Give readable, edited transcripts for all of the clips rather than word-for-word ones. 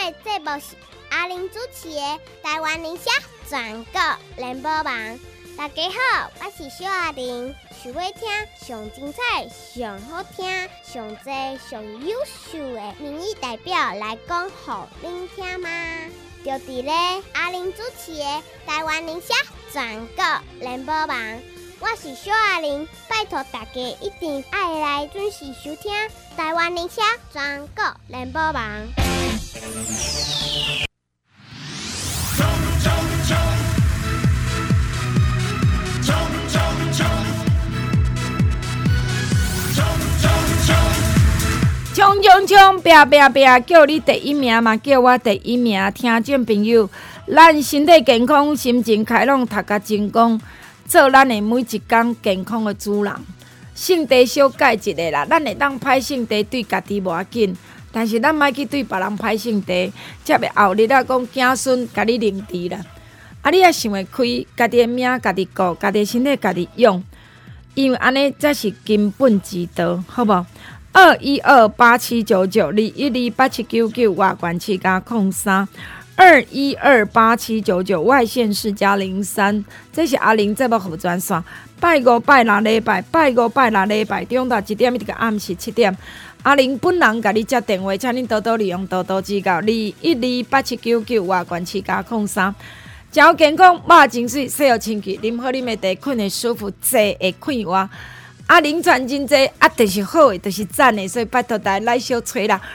摆节目是阿玲主持的台湾人社全国联播网。大家好，我是小阿玲。想要听上精彩、上好听、上多、上优秀的民意代表来讲给您听吗？就伫咧阿玲主持的台湾人社全国联播网。我是小阿玲，拜托大家一定要来准时收听台湾人社全国联播网。 冲冲冲！拼拼拼！叫你第一名嘛，叫我第一名。听众朋友，咱身体健康，心情开朗，读甲成功，做咱的每一天健康的主人。性地小改一个啦，咱会当歹性地对家己无要紧，但是咱莫去对别人歹性地，才袂后日讲子孙甲你认知啦。啊，你也想会开，家己的命家己顾，家己的身体家己用，因为安尼才是根本之道，好无？212879921187999外管7加03。2128799外县市加03，这是阿玲节目服务专线。拜五拜六礼拜，拜五拜六礼拜，中昼1点一直到暗时7点。阿玲本人甲你接电话，请恁多多利用，多多指教。2128799外管7加03。照健康，肉真水，洗好清气，啉好啉的茶，困会舒服，坐会快活。阿玲传真济，就是好的，就是赞的，所以拜托大家来小吹啦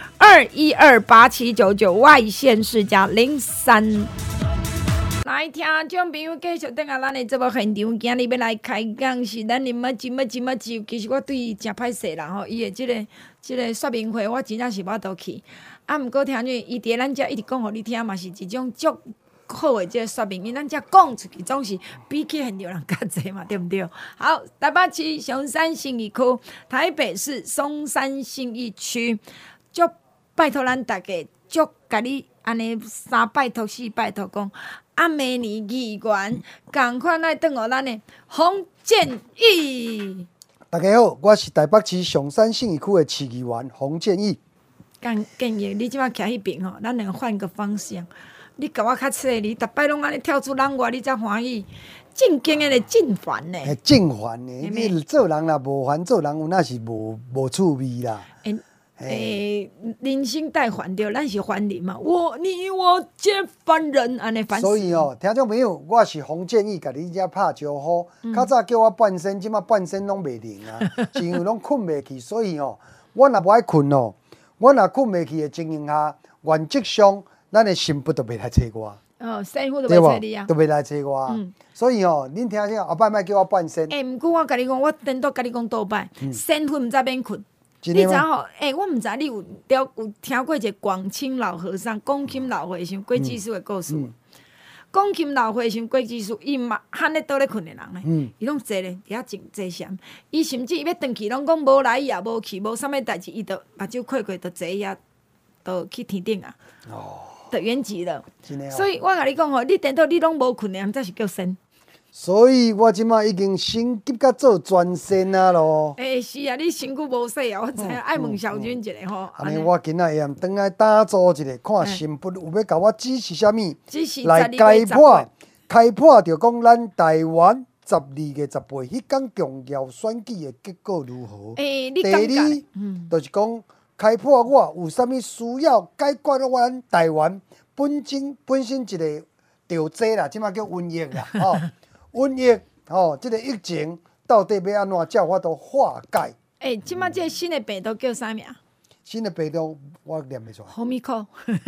！2128799外县市加03。来听众朋友继续等下咱的节目现场，今日要来开讲是咱的么子。其实我对伊真歹势啦吼，伊的即个说明会，我真正是无倒去。啊，毋过听见伊伫咱遮一直讲互你听嘛，是一种足好的这个说明，因咱遮讲出去总是比起现场人较济嘛，对不对？好，台北市松山信义区，台北市松山信义区，足拜托咱大家，足甲你安尼3拜托4拜托讲，明年议员共款来转互咱的洪建义。 大家好，我是台北市松山信义区的市议员洪建义。 建议你即摆徛迄边吼，咱能换个方向。你甲我较切离，逐摆拢安尼跳出人外，你才欢喜。正经的咧，正烦咧。 正烦咧，你做人啦无烦，做人有那是无趣味啦。 人生带烦着，咱是凡人嘛。你我皆凡人，安尼烦死。 所以哦，听众朋友，我是洪建义，甲你遮拍招呼。较早叫我半身，即马半身拢袂灵啊，是因为拢困袂去，所以哦，我若无爱困哦，我若困袂去的情形下，原则上。咱的心腹都袂来找我， 师傅都袂找你啊， 都袂来找我。所以哦，恁听下，后摆莫叫我半身。 毋过我甲你讲，我颠倒甲你讲倒摆，身份毋知免困。你知吼？我毋知你有听过一个广清老和尚、广钦老和尚过世师的故事。广钦老和尚过世师，伊嘛罕咧倒咧困的人咧，伊拢坐咧伫遐静坐禅。伊甚至伊要转去，拢讲无来也无去，无啥物代志，伊就目睭开开，就坐遐，就去天顶啊。就圆寂了，所以我甲你讲吼，你颠倒你拢无困的，才是叫仙。 所以我即马已经升级甲做专仙啊咯。 是啊，你身躯无洗啊，我知影。爱问小军一下吼。 安尼我今仔下暗转来打坐一下，看神父有要甲我指示啥物，来开破着讲咱台湾12月18迄天重要选举的结果如何？ 第二，就是讲。开破我有啥物需要解决咱台湾本身一个着灾啦，即马叫瘟疫啦，瘟疫即个疫情到底要安怎才有法度化解？ 即马这个新的病毒叫啥名？ 新的病毒我念袂出来。 奥密克，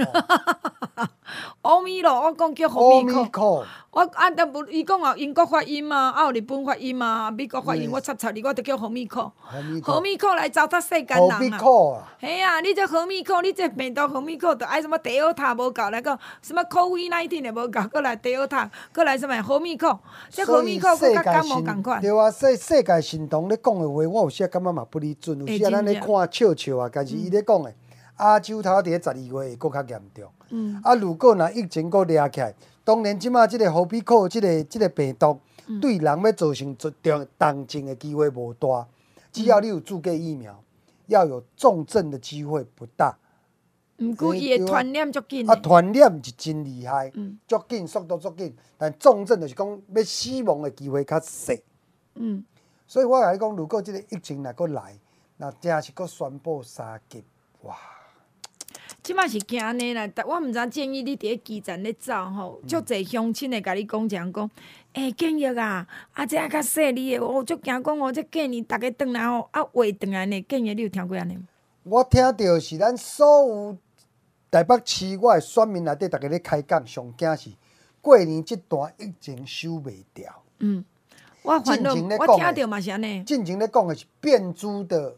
奥密咯，我讲叫奥密克。我但无伊讲哦，英国发音嘛，有日本发音嘛，美国发音，我插你，我就叫奥密克。奥密克来糟蹋世间人啊！嘿啊，你这奥密克，你这病毒奥密克，就爱什么德尔塔无够来讲，什么 COVID-19 也无够，搁来德尔塔，搁来什么奥密克？这奥密克搁甲感冒共款。 对啊，世界神童咧讲的话，我有时感觉嘛不离准，有时咱咧看笑啊，但是伊咧讲的。亚洲头伫咧12月会搁较严重，如果若疫情搁掠起来，当然即马即个奥密克即个病毒对人要造成重症的机会无大，只要你有注射疫苗，要有重症的机会不大。 毋过伊的传染足紧。 传染是真厉害，足紧，速度足紧，但重症就是讲要死亡的机会较细。所以我甲你讲，如果即个疫情若搁来，那真是搁宣布三级，哇！ 即摆是惊安尼啦，但我毋知建议你伫咧基站咧走吼，足侪乡亲会甲你讲讲，建议啊，这较细腻的，我足惊讲这过年逐个转来吼，话转来呢，建议你有听过安尼？ 我听到是咱所有台北市我的选民内底，逐个咧开讲，上惊是过年即段疫情收袂掉。 我反正我听到嘛是安尼。 进前咧讲的是变株的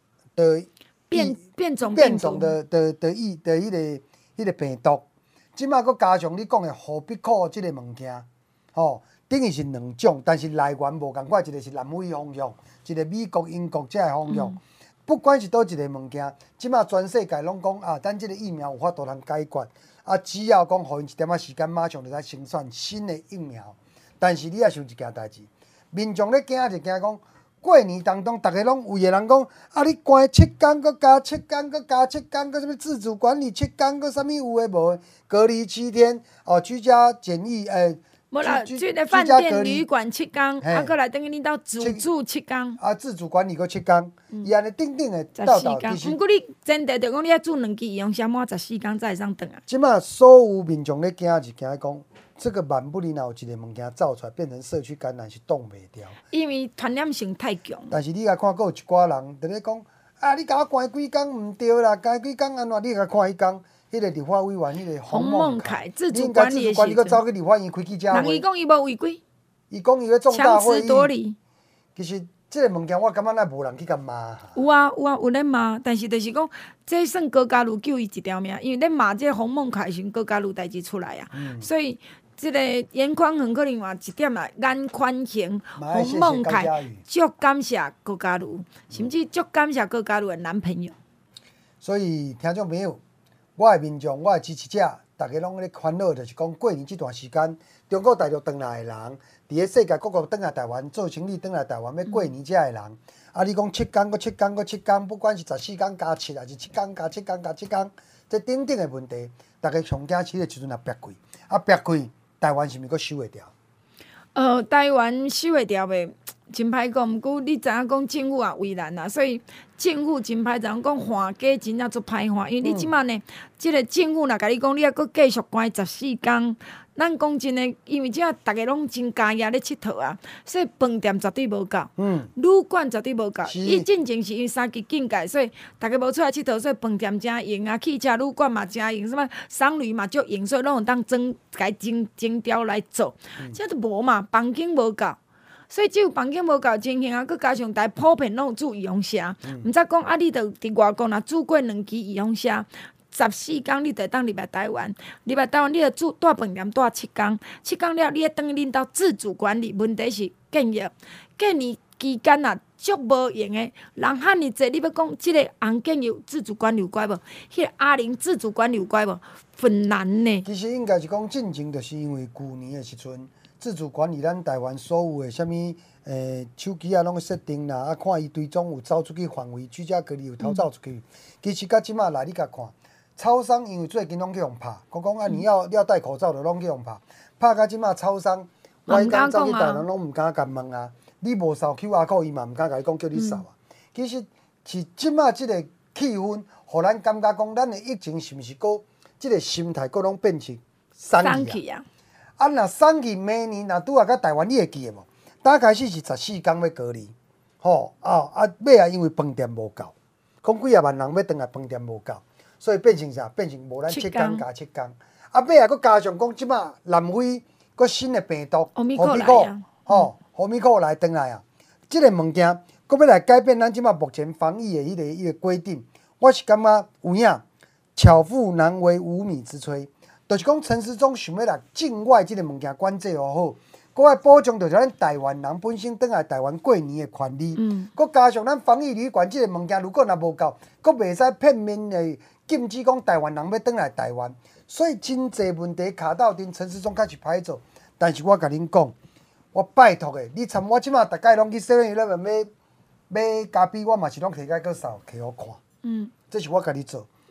变种的迄个病毒，即马佫加上你讲的货币库即个物件，等于是两种，但是来源无共款，一个是南非方向，一个美国、英国遮个方向。不管是倒一个物件，即马全世界拢讲啊，咱即个疫苗有法度通解决，只要讲互因一点仔时间，马上就使生产新的疫苗。但是你也想一件代志，民众咧惊就惊讲。过年当中，逐个拢有个人讲，你关7天，佮加7天，佮加7天，佮什物自主管理7天，佮啥物有诶无？隔离7天，居家检疫， 无啦，即个饭店旅馆7天，佮来等于你到自助7天。 自主管理佮7天，伊安尼定诶 14天。毋过你前提着讲，你要住2支医用箱，满14天才会上转啊。 即马所有民众咧惊是惊讲。这个万不里若有一个物件造出来，变成社区感染是挡袂掉， 因为传染性太强。 但是你甲看，佫有一寡人伫咧讲，你甲我关几工毋对啦，关几工安怎？你甲看迄工，迄个立法委员，迄个洪孟凯， 自主管理的时阵，走去立法院开记者会。 人伊讲伊无违规， 伊讲伊要重大会议。 强词夺理。 其实即个物件，我感觉咱无人去甲骂。 有啊，有咧骂，但是就是讲，这算高嘉瑜救伊一条命，因为咧骂这洪孟凯时，高嘉瑜代志出来啊，所以。即个严宽恒可能话一点啊，颜宽恒、洪孟凯，足感谢高嘉瑜，甚至足感谢高嘉瑜的男朋友。 所以听众朋友，我的民众、我的支持者，大家拢咧烦恼，就是讲过年这段时间，中国大陆转来的人，伫咧世界各国转来台湾做生意，转来台湾要过年遮的人，你讲7天、7天、7天，不管是14天加7，还是7天加7天加7天，这等等的问题，大家上惊起的时阵也憋开，憋开。台湾是毋是阁收会掉？ 台湾收会掉袂，真歹讲。毋过你知影讲政府也为难啦，所以政府真歹。人讲换假真正足歹换，因为你即摆呢，即个政府若甲你讲，你还阁继续关14天。咱讲真诶，因为即摆逐个拢真家业咧佚佗啊，所以饭店绝对无够，旅馆绝对无够。伊进前是因为3级警戒，所以逐个无出来佚佗，所以饭店真用啊，汽车旅馆嘛真用，什么商旅嘛足用，所以拢有当征调来做。即都无嘛，房间无够，所以只有房间无够情形啊，佮加上普遍拢有住医用车，毋则讲你着伫外国若住过2期医用车。14天，你就当入来台湾，入来台湾，你就住住饭店住7天，7天了，你等于恁兜自主管理。问题是建议过年期间啊，足无用的，人遐尼济，你要讲即个案件有自主管理有怪无？迄个阿玲自主管理有怪无？很难呢。 其实应该是讲进前，就是因为旧年的时阵，自主管理咱台湾所有的啥物手机啊，拢设定啦，看伊追踪有走出去范围，居家隔离有逃走出去。其实到即马来，你甲看。超商因为最近拢去用拍，讲你要戴口罩的拢去用拍，拍到即马超商，我迄天走去台南拢毋敢甲问啊，你无扫 QR code， 伊嘛毋敢甲你讲叫你扫啊。其实是即马即个气氛，互咱感觉讲，咱的疫情是毋是搁即个心态搁拢变成散去啊？若散去，明年若拄啊甲台湾，你会记的无？打开始是14天要隔离，尾啊因为饭店无够，讲几啊万人要转来饭店无够。所以变成啥？变成无咱7天加7天，尾啊，佫加上讲即马南非佫新的病毒， 奥密克来啊， 奥密克来转来啊！即个物件佫要来改变咱即马目前防疫的迄个规定，我是感觉有影巧妇难为无米之炊，就是讲陈时中想要来境外即个物件管制好，佫爱保障着咱台湾人本身转来台湾过年的权利，佫加上咱防疫旅馆即个物件，如果若无够，佫袂使片面的。禁止讲台湾人要转来台湾，所以真侪问题卡到阵陈时中开始歹做。但是我甲恁讲，我拜托的，你参我即马大概拢去7-11买咖啡，我嘛是拢摕个扫摕互看。这是我甲你做。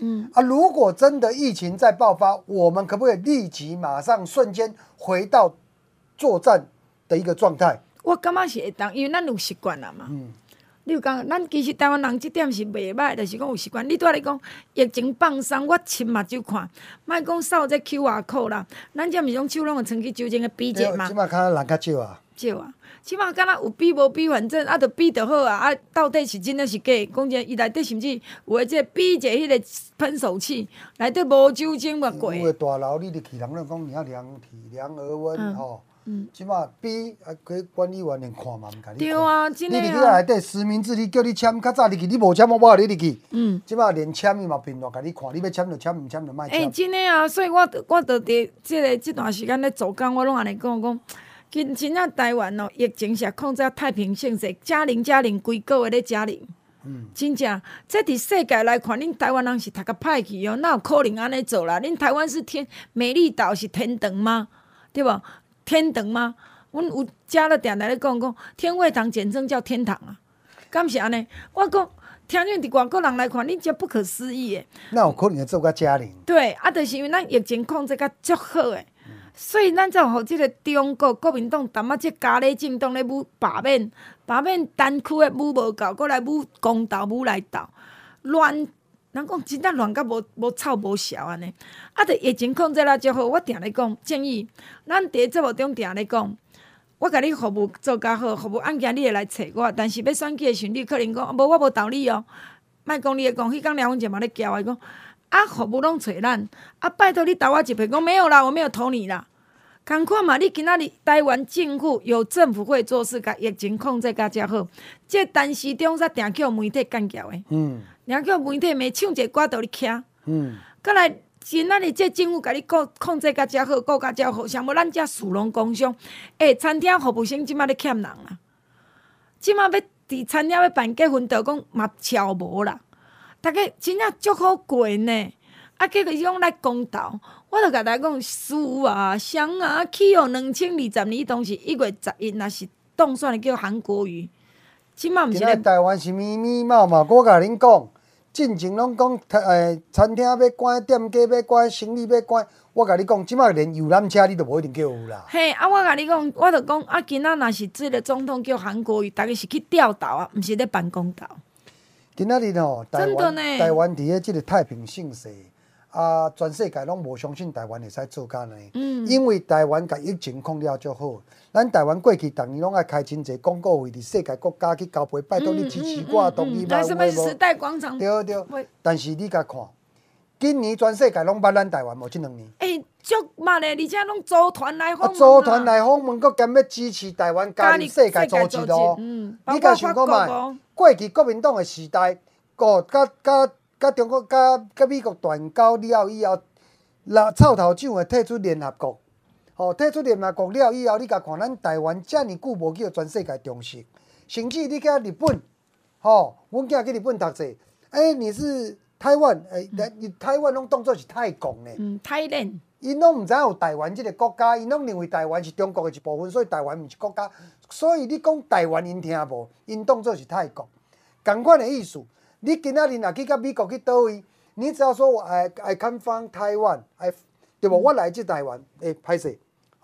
如果真的疫情再爆发，我们可不可以立即马上瞬间回到作战的一个状态？ 我感觉是会当，因为咱有习惯啦嘛。你有讲，咱其实台湾人即点是袂歹，就是讲有习惯。你拄仔咧讲疫情放松，我亲目睭看，莫讲扫这 QR code 啦，咱这毋是讲手拢会伸去酒精的比者嘛？ 即马看人较少啊。 少啊，即马敢若有比无比，反正着比就好啊。到底是真的是假？讲者伊内底甚至有诶，即比者迄个喷手器内底无酒精嘛过。 有诶大楼你入去，人拢讲你要量体、量额温吼。即马比迄管理员连看嘛毋甲你看。 对啊，真诶啊。 你入去内底实名制，你叫你签，较早入去你无签，我互你入去。即马连签伊嘛频繁甲你看，你要签就签，毋签就莫签。 真诶啊，所以我着伫即段时间咧做工，我拢安尼讲。真正台湾哦，疫情是控制太平盛世，加零规个月咧加零。真正，这伫世界来看，恁台湾人是读较歹去哦，哪有可能安尼做啦？恁台湾是美丽岛是天堂吗？对无？天堂吗？阮有家了定定咧讲，天惠堂简称叫天堂啊，敢是安尼？我讲，听见伫外国人来看，恁这不可思议诶。 那有可能会做甲加零？ 对，就是因为咱疫情控制甲足好诶。所以，咱才有互即个中国国民党淡仔即家咧政党咧武罢免单区诶武无够，搁来武公投武来斗乱，人讲真正乱甲无臭无潲安尼。着疫情控制了就好，我定咧讲建议，咱伫节目中定咧讲，我甲你服务做甲好，服务案件你会来找我，但是要选举诶时阵，你可能讲无我无道理哦，莫讲你会讲，迄工梁文杰嘛咧叫我讲。服务拢找咱，拜托你投我一票，讲没有啦，我没有投你啦。同款嘛，你今仔日台湾政府有政府会做事，甲疫情控制甲遮好，这陈时中才定去媒体干掉的。定去媒体咪唱一个歌倒你徛。再来，今仔日这政府甲你控制甲遮好，顾甲遮好，像无咱遮属龙工商，餐厅服务生即马咧欠人啦。即马要伫餐厅要办结婚，就讲嘛超无啦。大家真正足好过呢，结果是讲来公投，我著甲大家讲，输啊、香啊，去哦，2020年当时1月11，若是当选的叫韩国瑜，即马毋是咧。 台湾是密密麻麻，我甲恁讲，进前拢讲餐厅要关，店家要关，生意要关。我甲你讲，即马连游览车你都无一定叫有啦。 嘿，我甲你讲，我著讲，今仔若是即个总统叫韩国瑜，大家是去吊倒啊，毋是咧办公投。 今仔日吼，台湾伫咧即个太平盛世，全世界拢无相信台湾会使做甲呢。因为台湾甲疫情控了足好，咱台湾过去逐年拢爱开真侪广告会伫世界国家去交配，拜托你支持我，同意吗？ 什么时代广场？ 对。但是你甲看，今年全世界拢捌咱台湾无？即2年。 足捌的，而且拢组团来访问。 组团来访问，佫兼要支持台湾加入世界组织哦。你甲想讲嘛？过去国民党的时代，甲中国甲美国断交了以后，臭头奖会退出联合国，退出联合国了以后，你甲看咱台湾遮尔久无去全世界重视，甚至你去日本，阮囝去日本读册，你是台湾，台湾拢当作是泰国呢。 泰兰。 因拢毋知影有台湾即个国家，因拢认为台湾是中国的一部分，所以台湾毋是国家。所以你讲台湾因听无，因当作是泰国。同款的意思，你今仔日若去到美国去倒位，你只要说I come from Taiwan， 对无？我来自台湾，歹势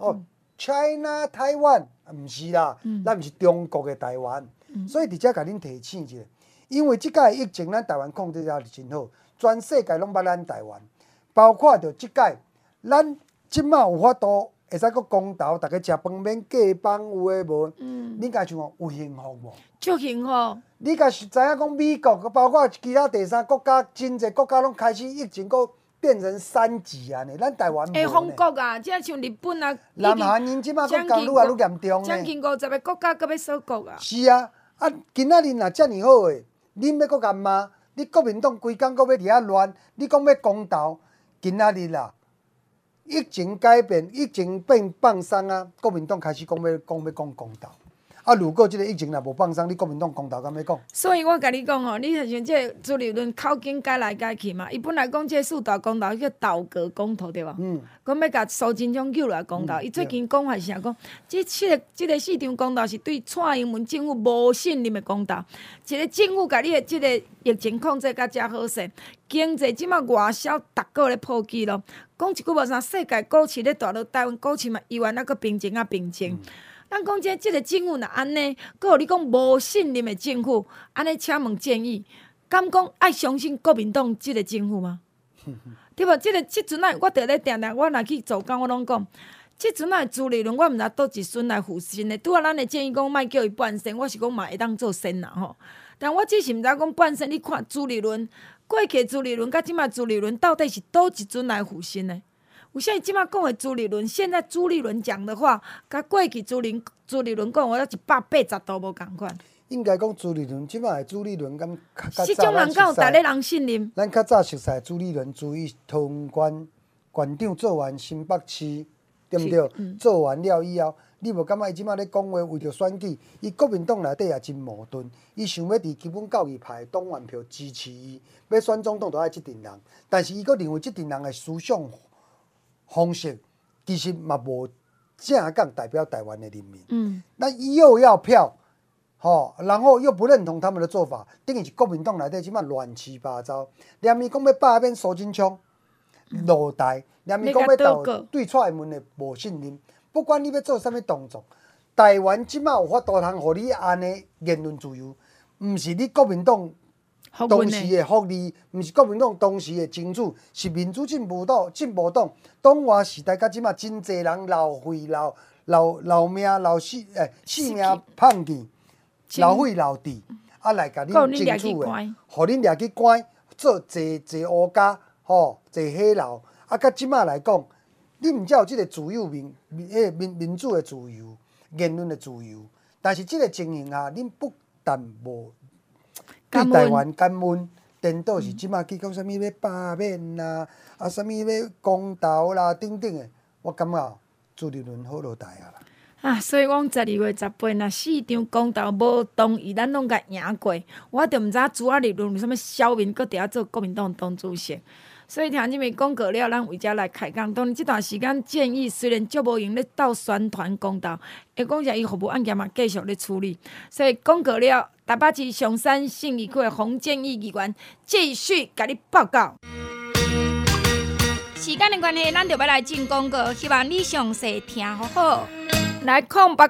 ，China Taiwan， 毋是啦，咱毋是中国的台湾。所以伫遮甲恁提醒一下，因为即届疫情咱台湾控制了是真好，全世界拢捌咱台湾，包括着即届。咱即马有法度会使佫公投，逐个食饭免隔板有诶无？你家想讲有幸福无？ 足幸福。 你家是知影讲美国，包括其他第三国家，真侪国家拢开始疫情佫变成3级安尼，咱台湾无呢。 封国啊，即像日本啊， 南韩因即马佫讲愈来愈严重呢。 将近50个国家佫要锁国啊。 是啊，今仔日若遮尔好诶，恁要佫干骂？你国民党规工佫要伫遐乱，你讲要公投，今仔日啦。疫情改变，疫情变放松啊！国民党开始讲公投， 啊，如果即个疫情若无放松，你国民党公投敢要讲？ 所以我甲你讲吼，你就像这朱立伦口径改来改去嘛，伊本来讲这四大公投叫倒阁公投对无？讲要甲苏贞昌救来公投，伊最近讲法是啥讲？这个市场公投是对蔡英文政府无信任的公投，一个政府甲你的这个疫情控制甲遮好势，经济即马外销逐个咧破纪录，讲一句无啥，世界股市咧大落，台湾股市嘛依然个平静啊平静。咱讲即个政府若安尼，佮有你讲无信任的政府，安尼请问建议，敢讲爱相信国民党即个政府吗？对无？即阵啊，我伫咧定定，我若去做工，我拢讲，即阵啊朱立伦，我毋知倒一孙来负身的。拄啊，咱的建议讲，莫叫伊半身，我是讲嘛会当做身啦吼。但我只是毋知讲半身，你看朱立伦，过去朱立伦，甲即马朱立伦，到底是倒一阵来负身的？有啥即马讲的朱立伦，现在朱立伦讲的话，甲过去朱立伦讲的180度无共款。 应该讲朱立伦，即摆的朱立伦敢较早。 即种人敢有逐个人信任？ 咱较早熟悉朱立伦，自伊桃园县长做完新北市，对毋对？做完了以后，你无感觉伊即摆咧讲话为着选举，伊国民党内底也真矛盾。伊想要伫基本教育派党员票支持伊，要选总统就爱即阵人，但是伊佫认为即阵人的思想方式其实嘛无正港代表台湾的人民。那又要票，然后又不认同他们的做法，等于是国民党内底即摆乱七八糟。连伊讲要罢免苏贞昌落台，连伊讲要对蔡英文的无信任，不管你要做啥物动作，台湾即摆有法度通互你安尼言论自由，毋是你国民党当时的福利，毋是国民党当时的争取，是民主进步党党外时代，甲即马真侪人老血老命性命胖去，老血老弟，来甲恁争取的，互恁掠去关，做坐乌鸦，坐火楼，甲即马来讲，你毋才有即个自由民主的自由，言论的自由，但是即个情形下，恁不但无。对台湾感恩，颠倒是即马去讲啥物要罢免啦，啥物要公投啦，等等的，我感觉朱立伦好落台啦。 所以讲12月18日，市场公投无同意，咱拢甲赢过。我就毋知朱立伦为什么小民搁伫遐做国民党党主席。所以听即面讲过了，咱为遮来开讲。当然，即段时间建议虽然足无用咧斗宣传公投，会讲啥伊服务案件嘛继续咧处理。所以讲过了，台北市上山信义区的洪建义议员继续甲你报告。时间的关系，咱就要来进广告，希望你详细听好好。来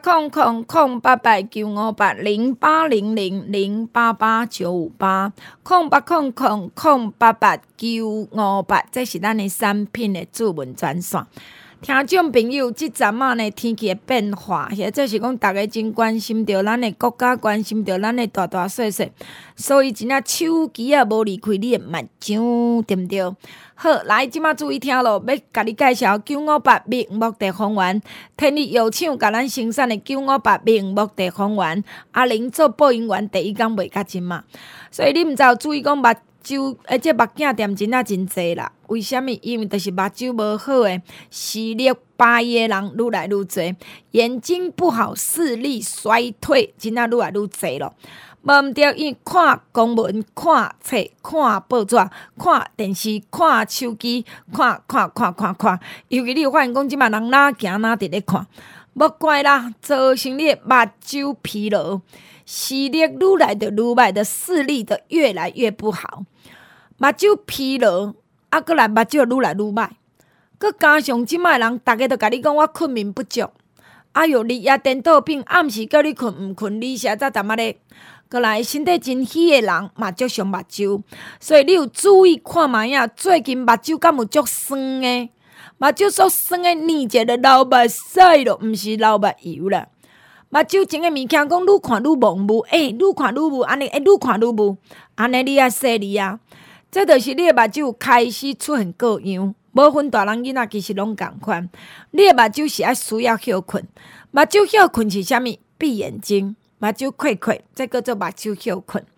0800-088-958-088958，0800-088-958，这是咱的产品的主文专线。听众朋友，即阵仔呢天气的变化，或者是讲大家真关心着咱的国家，关心着咱的大大小小，所以真正手机啊无离开你的目睭，对毋对？好，来即马注意听咯，要甲你介绍958蜜木地黄丸，天力药厂甲咱生产的958蜜木地黄丸，阿玲做播音员第一天卖甲真嘛，所以你毋知有注意讲目睭，这目镜店真啊真济啦。为什么？因为就是目睭无好诶，视力歹的人愈来愈济，眼睛不好，视力衰退，真啊愈来愈济咯。无毋对，因为看公文、看册、看报纸、看电视、看手机、看，尤其你有发现讲即摆人哪行哪伫咧看，无怪啦，造成你的目睭疲劳，视力愈来愈歹的视力的越来越不好，目睭疲劳，搁来目睭愈来愈歹，搁加上即摆人逐个都甲你讲我困眠不足，日夜颠倒病，暗时叫你困毋困，你写早淡仔咧。过来，身体真虚的人嘛，足伤目睭，所以你有注意看卖影。最近目睭敢有足酸的？目睭所酸的黏一个流目屎咯，毋是流目油啦。目睭前的物件讲愈看愈模糊，愈看愈糊，安尼愈看愈糊，安尼你啊说你啊，这就是你的目睭开始出现各样，无分大人囡仔其实拢共款。你的目睭是需要休困，目睭休困是啥物？闭眼睛。目睭溃溃，这叫做目睭休困。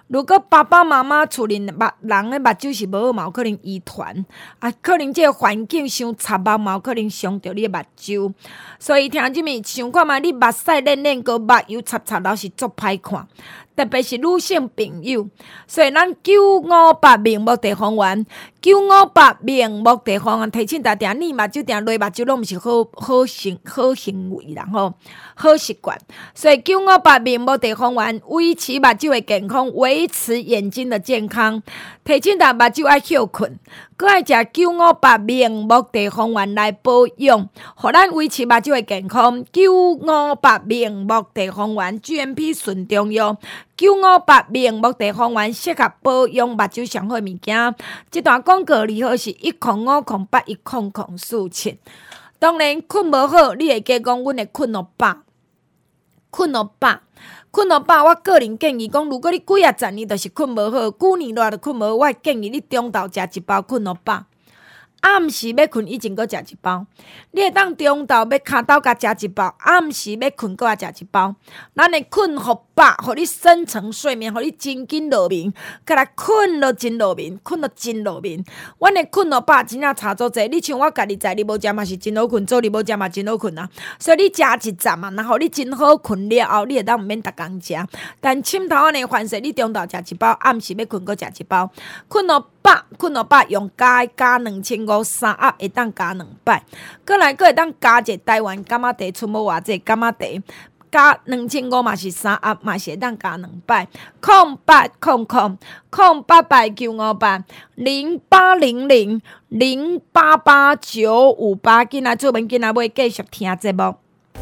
如果爸爸妈妈厝里人的目睭是无好，嘛有可能遗传，啊，可能这个环境伤插目，嘛有可能伤着你的目睭。所以听入面想看觅，你目屎冷冷，个目油插插，老是足歹看。特别是女性朋友，所以咱958明目地黄丸，958明目地黄丸，提醒大家，腻目睭、定泪目睭，拢毋是好行为啦吼，好习惯。所以958明目地黄丸，维持目睭的健康，维持眼睛的健康，提醒大家目睭爱休困，搁爱食958明目地黄丸来保养，互咱维持目睭的健康。958明目地黄丸 GMP 纯中药。958明目地黄丸适合保养目睭上好的物件。这段广告利号是105081004。当然，困无好，你会加讲阮会困落饱。困落饱，我个人建议讲，如果你几啊十年就是困无好，9年落就困无好，我会建议你中昼食一包困落饱。暗时要困以前，搁食一包。你会当中昼要骹斗甲食一包，暗时要困搁食一包。咱会困互饱，互你深层睡眠，互你真紧落眠，甲来困落真落眠，困落真落眠。阮会困落饱，真正差足济。你像我家己知，你无食嘛是真好困，做你无食嘛真好困啊。所以你食一站啊，然后你真好困了后，你会当毋免逐工食。但深头安尼反射，你中昼食一包，暗时要困搁食一包。困落饱用加2053盒会当加2摆，过来搁会当加一台湾柑仔茶，出无偌济柑仔茶，加2500嘛是3盒，嘛是会当加2摆。08000800088958，今仔做文今仔要继续听节目。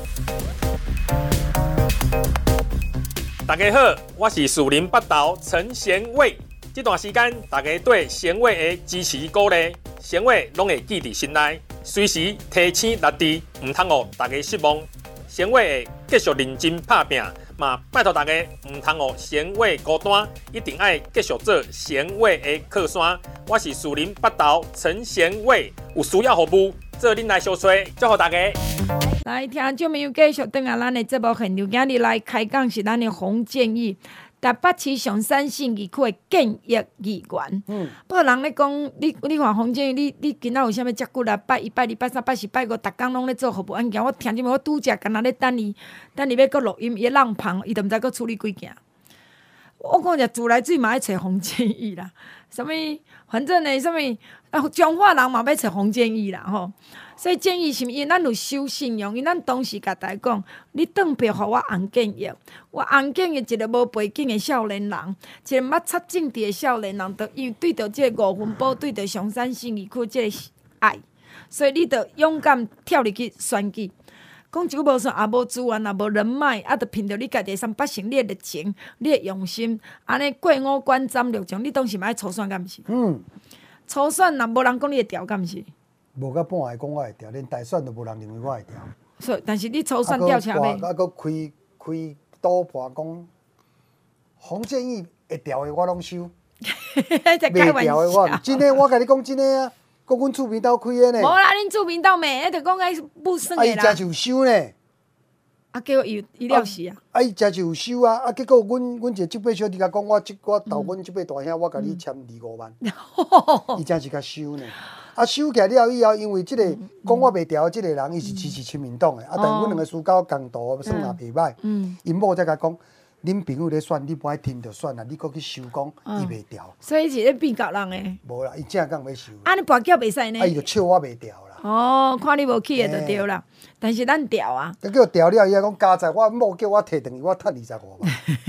大家好，我是树林北投陈贤伟。这段时间，大家对贤伟的支持鼓励，贤伟拢会记伫心内，随时提醒力治，唔通互大家失望。贤伟会继续认真打拼，嘛拜托大家唔通互贤伟孤单，一定爱继续做贤伟的靠山。我是树林北投陈贤伟，有需要服务，做恁来相找，祝福大家。 来，听众朋友继续回来咱的节目现场，今日来开讲是咱的洪建义。台北市上山信义区的建业议员，不过人咧讲，你看洪建义，你今仔有啥物遮久啦？拜一、拜二、拜三、拜四、拜五，逐工拢咧做服务案件。我听见我拄则干那咧等伊要搁录音，伊浪旁，伊都毋知搁处理几件。我讲者自来水嘛爱找洪建义啦，啥物反正呢，啥物彰化人嘛要找洪建义啦吼。所以建议是毋？因咱有守信用，因咱当时甲大家讲，你转票互我洪建义，我洪建义一个无背景的少年人，一个捌插政治的少年人，就因为对着这个5分埔，对着上山信义区这个爱，所以你着勇敢跳入去选举。讲一句无算，也无资源，也无人脉，啊，着凭着你家己3百姓，你的热情，你的用心，安尼过5关斩6将，你当时嘛爱初选，敢毋是？初选若无人讲你会调，敢毋是？ 无到半个讲我会调，连大选都无人认为我会调。 所以，但是你初选调车尾， 啊，搁开赌盘讲，洪建义会调的我拢收，袂调的我真诶，我甲你讲真诶啊，搁阮厝边斗开的呢。 无啦，恁厝边斗咩？迄着讲爱不算的啦。 啊，伊真就收呢。 啊，结果伊了是啊。 啊，伊真就有收啊！啊，结果阮一个舅伯小弟甲讲，我斗阮即辈大兄，我甲你签25万。伊真是甲收呢。啊，收起来了以后，因为即个讲我袂调即个人，伊是支持亲民党的，啊，但是阮两个私交共度，算也袂歹。因某才甲讲，恁朋友咧选，你无爱听就算啦，你搁去收讲伊袂调。 所以是咧变教人诶。 无啦，伊正讲要收。 啊，你跋筊袂使呢？ 啊，伊就笑我袂调啦。 哦，看你无去诶就对啦。但是咱调啊。 结果调了以后讲加在我某叫我摕等于我赚25万。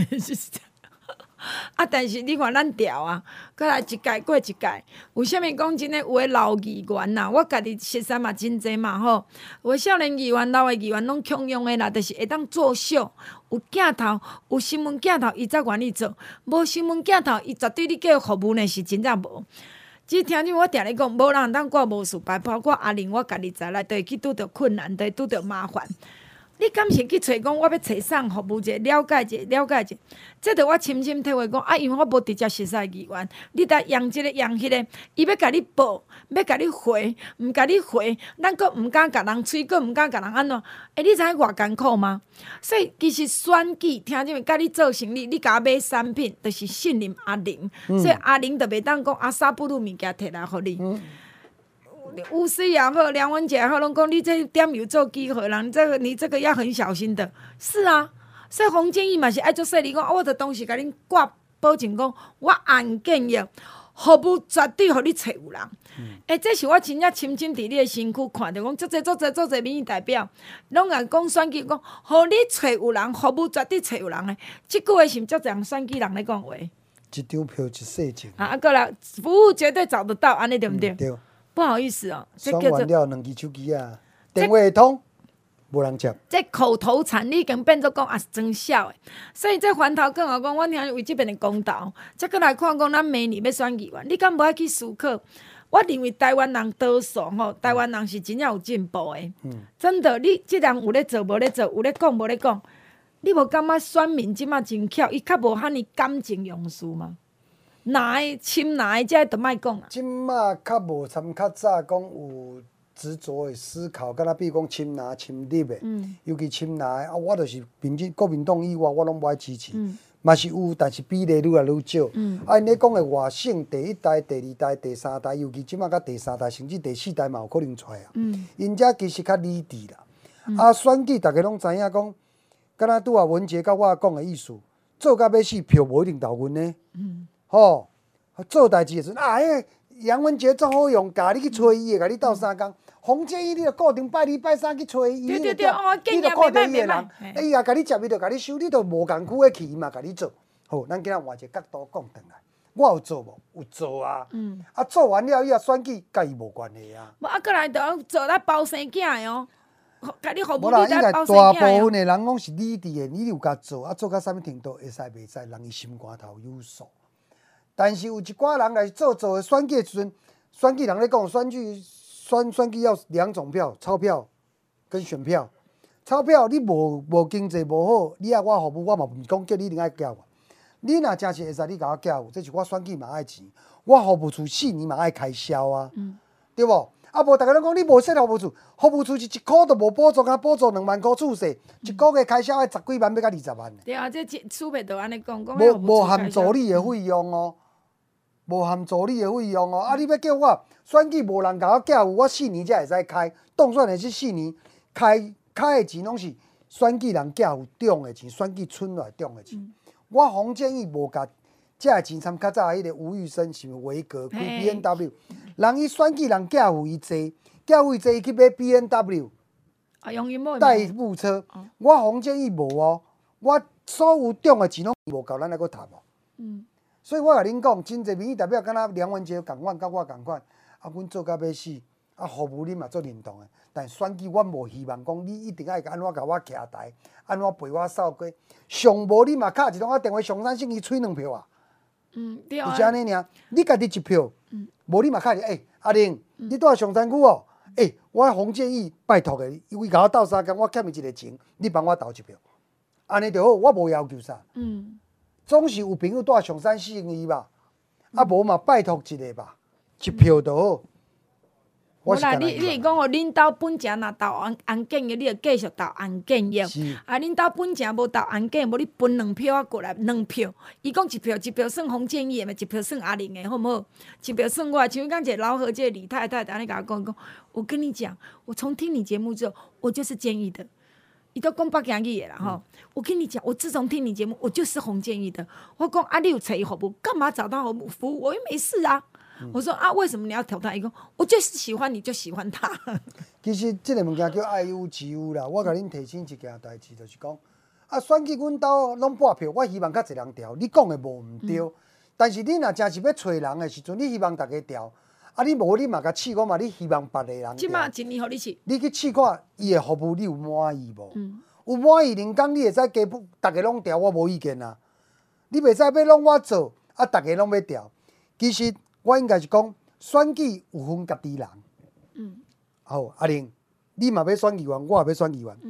啊！但是你看咱调啊，过来一届过一届，为虾米讲真诶？有诶老议员呐，我家己熟悉嘛真济嘛吼。有诶少年议员、老诶议员拢强用诶啦，就是会当作秀，有镜头，有新闻镜头，伊才愿意做；无新闻镜头，伊绝对你叫服务呢是真正无。只听见我定咧讲，无人当挂无事办，包括阿玲，我家己知啦，都会去拄着困难，都会拄着麻烦。 你敢是去找讲，我要找啥服务者，了解者，这着我深深体会讲啊，因为我无直接熟悉语言，你得用这个用迄个，伊要甲你报，要甲你回，毋甲你回，咱阁毋敢甲人催，阁毋敢甲人安怎？你知影偌艰苦吗？所以其实选举，听见没？甲你做生意，你甲我买产品，就是信任阿玲，所以阿玲就袂当讲阿啥不如物件摕来互你。吴思也好，梁文杰也好，拢讲你这点有做机会人，你这个要很小心的。是啊，所以洪建义嘛是爱做说你讲，我着当时甲恁挂保证讲，我按建议服务绝对互你找有人。这是我真正深深伫你的身躯看着讲，足侪民意代表，拢爱讲选举讲，互你找有人，服务绝对找有人的。即句话是足侪人选举人咧讲话。 一张票一世情。 过来，服务绝对找得到，安尼对毋对？ 对。 不好意思哦， 选完了2支手机啊，电话会通，无人接。 这口头禅你已经变做讲也是真少的，所以这环头更好讲，我听为这边的公道，再过来看讲咱明年要选议员，你敢无爱去思考？我认为台湾人多数吼，台湾人是真正有进步的。真的，你这人有咧做无咧做，有咧讲无咧讲，你无感觉选民即马真巧，伊较无遐尼感情用事吗？哪个深哪个，这都莫讲啊。 即马较无参较早讲有执着的思考，敢若比如讲深蓝、深绿的，尤其深蓝的我就是国民党以外，我拢无爱支持。嘛是有，但是比例愈来愈少。因咧讲的外省第一代、第二代、第三代，尤其即马甲第三代甚至第四代嘛有可能出来啊。因遮其实较理智啦。选举大家拢知影讲，敢若拄啊文杰甲我讲的意思，做到要死票无一定投阮呢。做代志的时阵迄个杨文杰真好用，甲你去找伊的，甲你斗3工。洪建义你着固定拜2拜3去找伊， 对， 你着看到伊的人，伊也甲你接，伊着甲你收，你着无共区的去，伊嘛甲你做。好，咱今仔换一个角度讲转来，我有做无？有做啊。做完了以后选举，甲伊无关系啊。 过来着做咱包生囝的哦，甲你服务你咱包生囝的。无啦，应该大部分的人拢是理智的，你有甲做，做到啥物程度会使袂使，人伊心肝头有数。但是有一寡人来做的选举的时阵，选举人咧讲选举要2种票，钞票跟选票。钞票你无经济无好，你爱我服务，我嘛毋是讲叫你一定爱缴我。你若真是会使，你甲我缴，这是我选举嘛爱钱，我服务处4年嘛爱开销啊，对无？无逐个拢讲你无设服务处，服务处是1箍都无补助，甲补助2万箍厝税，一个月开销爱10几万，要到20万。 对啊，这储备都安尼讲， 无含助理的费用哦。无含助理的费用哦，你要叫我选举无人甲我缴，我4年才会使开，当选的这4年开的钱拢是选举人缴有中的钱，选举村内中的钱。我洪建义无甲这个钱参较早迄个吴玉生是维格开 BMW， 人伊选举人缴有伊坐，缴有伊坐伊去买 BMW， 代步车。我洪建义无哦，我所有中的钱拢无够咱来个谈哦。所以我甲恁讲，真侪民意代表敢若梁文杰共款，甲我共款，阮做到要死，服务恁嘛做认同的。但选举我无希望讲你一定爱安怎甲我徛台，安怎陪我扫过。上无你嘛敲一通电话，上山省伊吹2票啊。 对啊。 就是安尼尔，你家己1票，无你嘛敲阿玲，你住上山区哦。我洪建义拜托的，因为甲我斗3工，我欠伊一个情，你帮我投1票，安尼就好，我无要求啥。总是有朋友住上山4亿吧，无嘛拜托一个吧，1票就好。 无啦，你是讲哦，恁兜本钱若投安建业，你就继续投安建业。恁兜本钱无投安建，无你分2票过来2票。伊讲1票算洪建义的，嘛1票算阿玲的，好毋好？1票算我。像刚才老何这李太太安尼甲我讲，我跟你讲，我从听你节目之后，我就是建议的。伊都讲北京语的啦吼，我跟你讲，我自从听你节目，我就是洪建义的。我讲你有找伊服务，干嘛找他服务？我又没事啊。我说为什么你要投他？伊讲我就是喜欢你，就喜欢他。 其实这个物件叫爱屋及乌啦。我甲恁提醒一件代志，就是讲选举阮兜拢8票，我希望较侪人调。你讲的无毋对，但是你若真是要找人的时阵，你希望大家调。你无你嘛甲试我嘛，你希望别个人。即马一年互你试。 你去试看伊的服务，你有满意无？有满意，2工你会使加，大家拢调，我无意见啊。你袂使要拢我做，大家拢要调。其实我应该是讲，选举有分家己人。好，阿玲，你嘛要选议员，我也要选议员。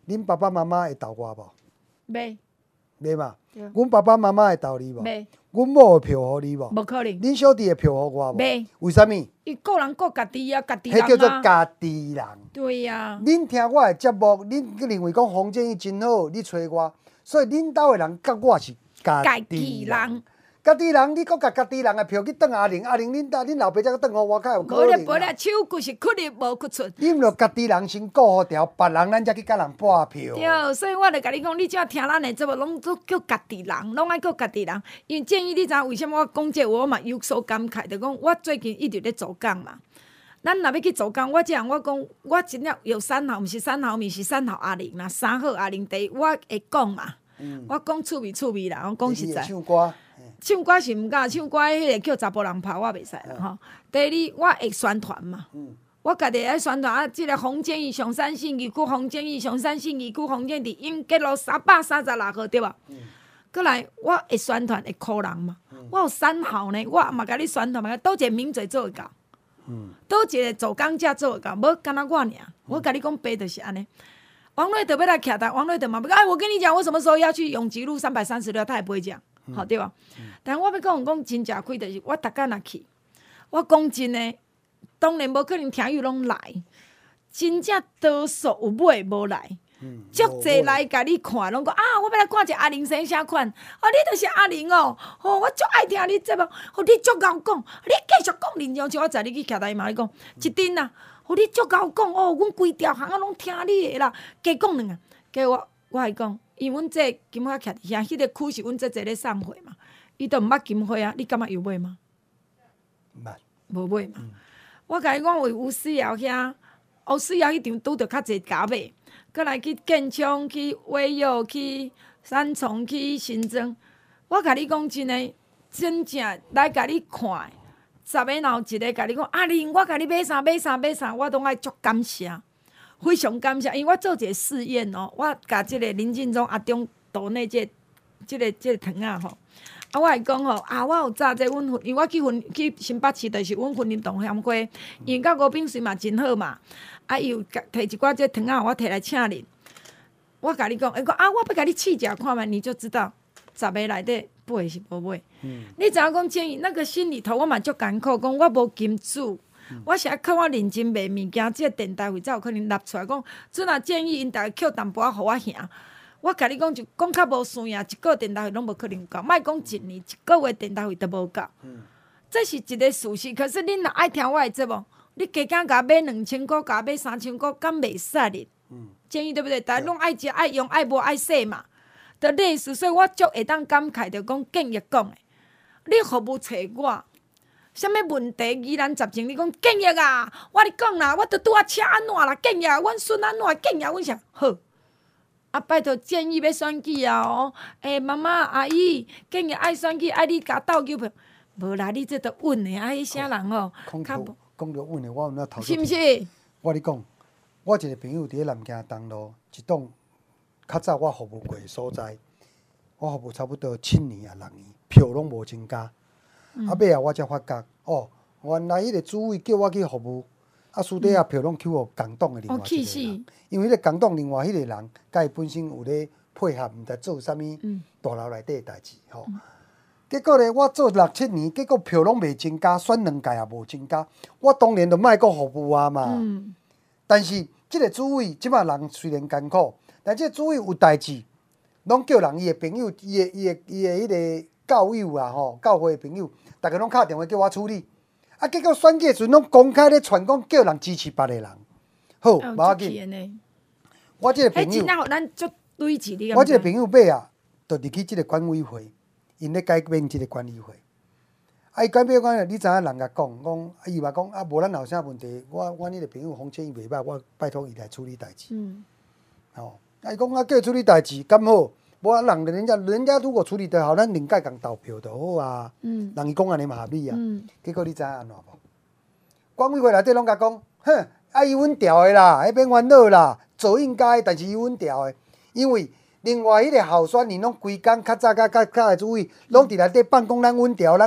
恁爸爸妈妈会斗我无？ 袂袂嘛。 对阮爸爸妈妈会斗你无？ 袂， 阮某会票互你无？ 无可能。 恁小弟会票互我无？ 袂， 为什物？ 伊个人顾家己啊，家己人迄叫做啊。 家己人。 对啊。 恁听我的节目，恁认为讲洪建义真好，你找我，所以恁兜的人甲我是家己人。家己人，你搁甲家己人的票去转阿玲，阿玲恁老爸才去转互我，较有可能。 无咧，手骨是屈入无屈出。 你毋着家己人先顾好条，别人咱才去甲人拨票。 对，所以我就甲你讲，你只要听咱的节目，拢都叫家己人，拢爱叫家己人。因为建议你知影为什么我讲这我嘛有所感慨，就讲我最近一直咧做工嘛。咱若要去做工，我这样我讲，我真正有3号，毋是3号面，是3号阿玲啦，3号阿玲第一我会讲嘛。我讲趣味啦，我讲实在。 唱歌。 唱歌是毋敢，唱歌迄个叫查甫人拍我袂使啦吼。第二，我会宣传嘛，我家己爱宣传啊。即个洪建义上山信义区，洪建义上山信义区，洪建伫永吉路336号对无？过来，我会宣传会靠人嘛。我有3号呢，我嘛甲你宣传嘛，倒一个名嘴做会到，倒一个做工者做会到，无干那我尔。我甲你讲白就是安尼。王瑞德要来徛台，王瑞德嘛不讲，我跟你讲，我什么时候要去永吉路336，他也不会讲。好对吧？但我要讲真正开，就是我逐工若去，我讲真诶，当然无可能听友拢来，真正多数有买无来，足侪来甲你看，拢讲啊，我要来看一下阿玲生啥款，你就是阿玲哦，我足爱听你节目，你足够讲，你继续讲林像我知你去徛台嘛，你讲一阵啊，你足够讲阮规条行啊拢听你诶啦，加讲两个，加我还讲。因为阮这金花徛伫遐，迄个区是阮这坐咧送货嘛，伊都毋捌金花啊，你感觉有买吗？无买嘛。我甲伊讲，有需要遐，有需要迄场拄着较侪家买，过来去建昌、去尾药、去三重、去新庄。我甲你讲真诶，真正来甲你看的，10个闹一个甲你讲，阿玲，我甲你买啥，我拢爱足感谢。非常感谢，因为我做一个试验哦，我甲即个林进忠阿中岛内即个糖仔吼，我会讲吼，我有炸这阮因为我去新北市，就是阮婚姻同乡会，因为甲吴炳水嘛真好嘛，伊有摕一寡这糖仔我摕来请恁，我甲你讲，伊讲我要甲你试食看觅，你就知道10个内底买是无买。你知影讲建议那个心里头我嘛足艰苦，讲我无金主。我是靠我认真卖物件，即个电台费才有可能纳出来。讲，阵啊建议因逐个捡淡薄仔，互我兄。我甲你讲，就讲较无算啊，一个月电台费拢无可能够。莫讲一年，一个月电台费都无够。这是一个事实。可是恁若爱听我的节目，你加减甲买2000块，甲买3000块，敢袂使哩？建议对不对？大家拢爱食、爱用、爱无、爱洗嘛。就类似，所以我足会当感慨，就讲建议讲的，你服务找我。啥物问题？依然10情，你讲建议啊！我咧讲啦，我都拄啊车安怎啦？建议，阮孙安怎？建议，阮啥好？拜托建议要选举啊！哦，妈妈阿姨建议爱选举，爱你甲斗球票，无啦，你这都稳的，迄啥人哦？ 讲着稳的，我有那头。 是毋是？ 我咧讲，我一个朋友伫咧南京东路一栋较早我服务过的所在，我服务差不多7年啊6年，票拢无增加。尾啊，我才发觉，原来迄个主委叫我去服务，私底下票拢去互共党的另外一个人，因为迄个共党另外迄个人，甲伊本身有咧配合，毋知做啥物大楼内底的代志吼。结果咧，我做6、7年，结果票拢袂增加，选2届也无增加，我当然就莫阁服务啊嘛。但是即个主委即马人虽然艰苦，但即个主委有代志，拢叫人伊的朋友，伊的迄个教友啊吼，教会的朋友。大家拢敲电话叫我处理，结果选举时阵拢公开咧传讲叫人支持别个人，好，无要紧。我即个朋友，我即个朋友尾啊，就入去即个管委会，因咧改变即个管委会。伊改变管委会，你知影人甲讲，伊嘛讲无咱有啥问题，我迄个朋友洪建义袂歹，我拜托伊来处理代志。吼，伊讲叫处理代志，敢好？无啊，人家如果处理得好，咱另届共投票就好啊。人伊讲安尼嘛合理啊。结果你知影安怎无？管委会内底拢甲讲，哼，伊稳调的啦，免烦恼啦，做应该，但是伊稳调的，因为另外迄个候选人拢规工较早甲的主委，拢伫内底办公，咱稳调。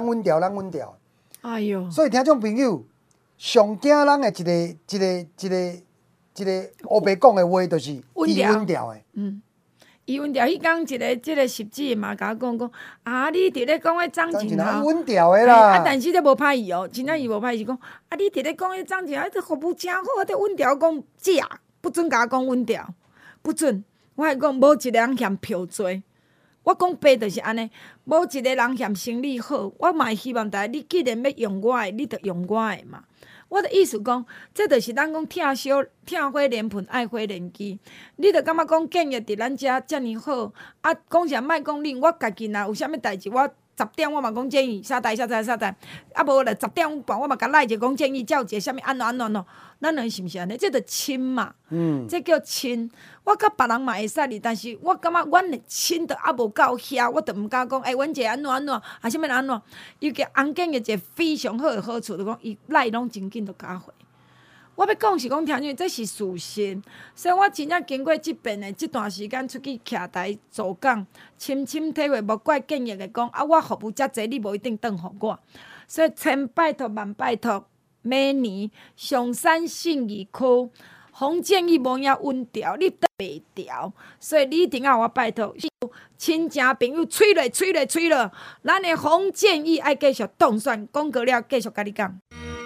哎哟！所以听众朋友，上惊人的一即个乌白讲的话，就是伊稳调的。 伊稳调，迄天即个习字嘛，甲我讲，你伫咧讲迄张景豪， 稳调的啦。 但是这无歹意哦，真正伊无歹意是讲，你伫咧讲迄张景豪，这服务真好，这稳调讲假，不准甲我讲稳调，不准。我还讲无一个人嫌票多，我讲白就是安尼，无一个人嫌生理好，我嘛希望大家你既然要用我的，你着用我的嘛。我的意思讲，这就是咱讲疼花莲盆，爱花莲枝。你着感觉讲建业伫咱遮遮尔好，讲啥莫讲恁，我家己若有啥物代志，我10点我嘛讲建议啥代，无咧10点半我嘛甲赖者讲建议，照一个啥物安怎咯。咱两是毋是安尼？这着亲嘛，这叫亲。我甲别人嘛会使哩，但是我感觉阮的亲着无够遐，我着毋敢讲。阮一个安怎，啥物人安怎？尤其洪建业一个非常好的好处，就讲伊赖拢真紧就甲回。我要讲是讲听见这是事实，所以我真正经过即边的即段时间出去徛台做讲，深深体会，无怪建业的讲我服务遮济，你无一定转互我。所以千拜托万拜托。每年上山信义区洪建义无影稳调，你都袂调，所以你一定要我拜托亲情朋友催咧，咱的洪建义爱继续当选，广告了继续甲你讲。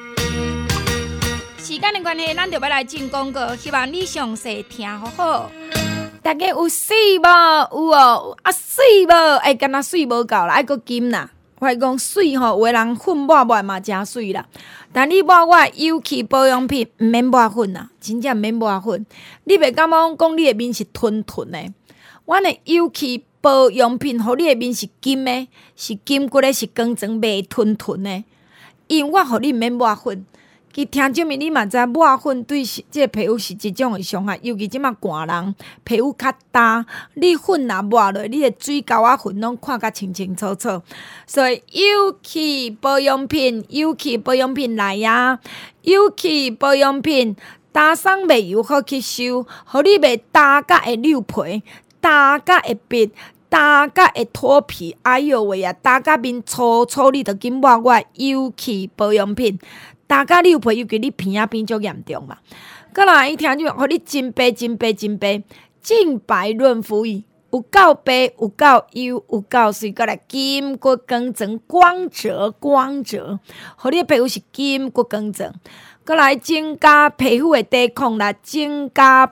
时间的关系，咱就要来进广告，希望你详细听好好。大家有水无？有哦，水无？敢若水无够啦，爱搁金啦。我讲水吼，有的人粉抹嘛真水啦。但你抹我油漆保养品，毋免抹粉啦，真正毋免抹粉。你袂感觉讲你的面是吞的？阮的油漆保养品，互你的面是金的，是金骨的，是光泽，袂吞的。因为我互你毋免抹粉。其听证明你嘛知抹粉对即个皮肤是一种的伤害，尤其即马寒人皮肤较干，你粉若抹落，你的水沟仔粉拢看甲清清楚楚。所以油漆保养品来呀！油漆保养品打霜袂油好吸收，互你袂打甲会溜皮，打甲会闭。打甲会脱皮，哎哟喂啊！打甲面粗粗，你着紧抹我油漆保养品。打甲溜皮，尤其你鼻仔边足严重嘛。搁来伊听就互你真白，净白润肤液，有够白，有够油，有够水，搁来金骨光泽，光泽，互你皮肤是金骨光泽。搁来增加皮肤的抵抗力，增加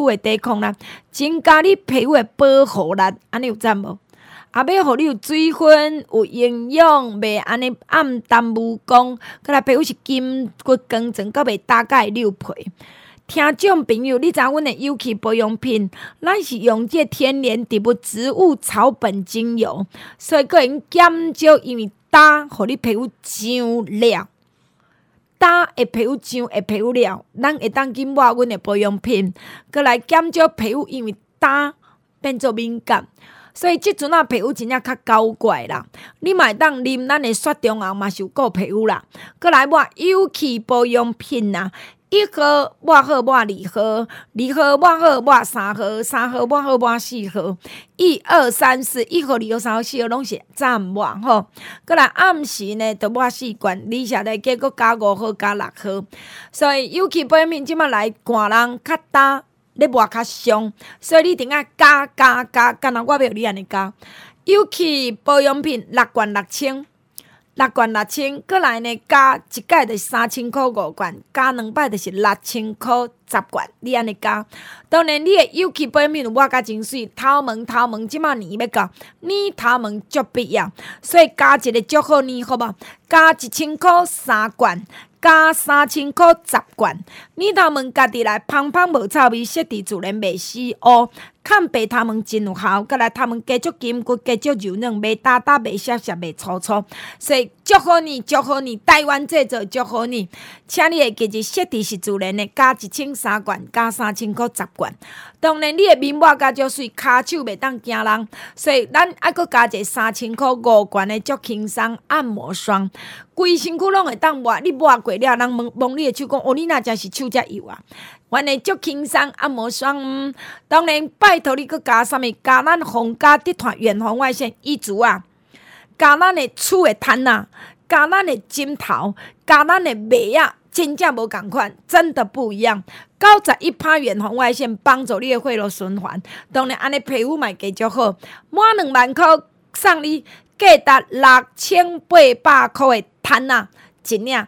你皮肤的保护力，安尼有赞无？也要互你有水分、有营养，袂安尼暗淡无光，搁来皮肤是金骨光泽，搁袂打甲会溜皮。听众朋友，你知阮的油漆保养品，咱是用这天然植物植物草本精油，所以个用减少因为打，互你皮肤上了。打会皮肤上会皮肤了，咱会当紧抹阮的保养品，搁来减少皮肤因为打变做敏感。所以即阵啊，皮肤真正较高怪啦。你嘛会当啉咱的雪中红嘛，是有顾皮肤啦。搁来抹油漆保养品啦，1号抹好抹2号，2号抹好抹3号，3号抹好抹4号，1、2、3、4，1号、2号、3号、4号拢是早抹吼。搁来暗时呢，就抹4罐，你下来加搁加5号、加6号。所以油漆保养品即马来寒人较干。咧抹较伤，所以你一定要加，干若我要你安尼加。油漆保养品6罐6000，过来呢加一摆就是3000块5罐，加2摆就是6000块10罐，你安尼加。当然你的油漆保养品有抹甲真水，头毛即马年要到，年头毛足必要，所以加一个足好年好无？加1000块3罐。加3000块10罐，你头毛家己来芳无臭味，色地自然袂死乌，抗白头毛真有效。佮来头毛加足金骨，加足柔软，袂打袂涩，袂粗粗。所以足好你，台湾制作足好你。请你会记住，色地是自然的，加1003罐，加3000块10罐。当然，你的面膜加足水，骹手袂当惊人，所以咱还佫加一个3000块5罐的足轻松按摩霜。规身躯拢会当抹，你抹过了，人摸你的手讲，你若真是手遮油啊！阮的足轻松按摩霜，当然拜托你佫加啥物？加咱皇家集团远红外线衣橱啊，加咱的厝的毯啊，加咱的枕头，加咱的被啊， 真正无共款，真的不一样。91%远红外线帮助你的血液循环，当然安尼皮肤嘛加足好，满2万块送你价值6800块的摊啊！一领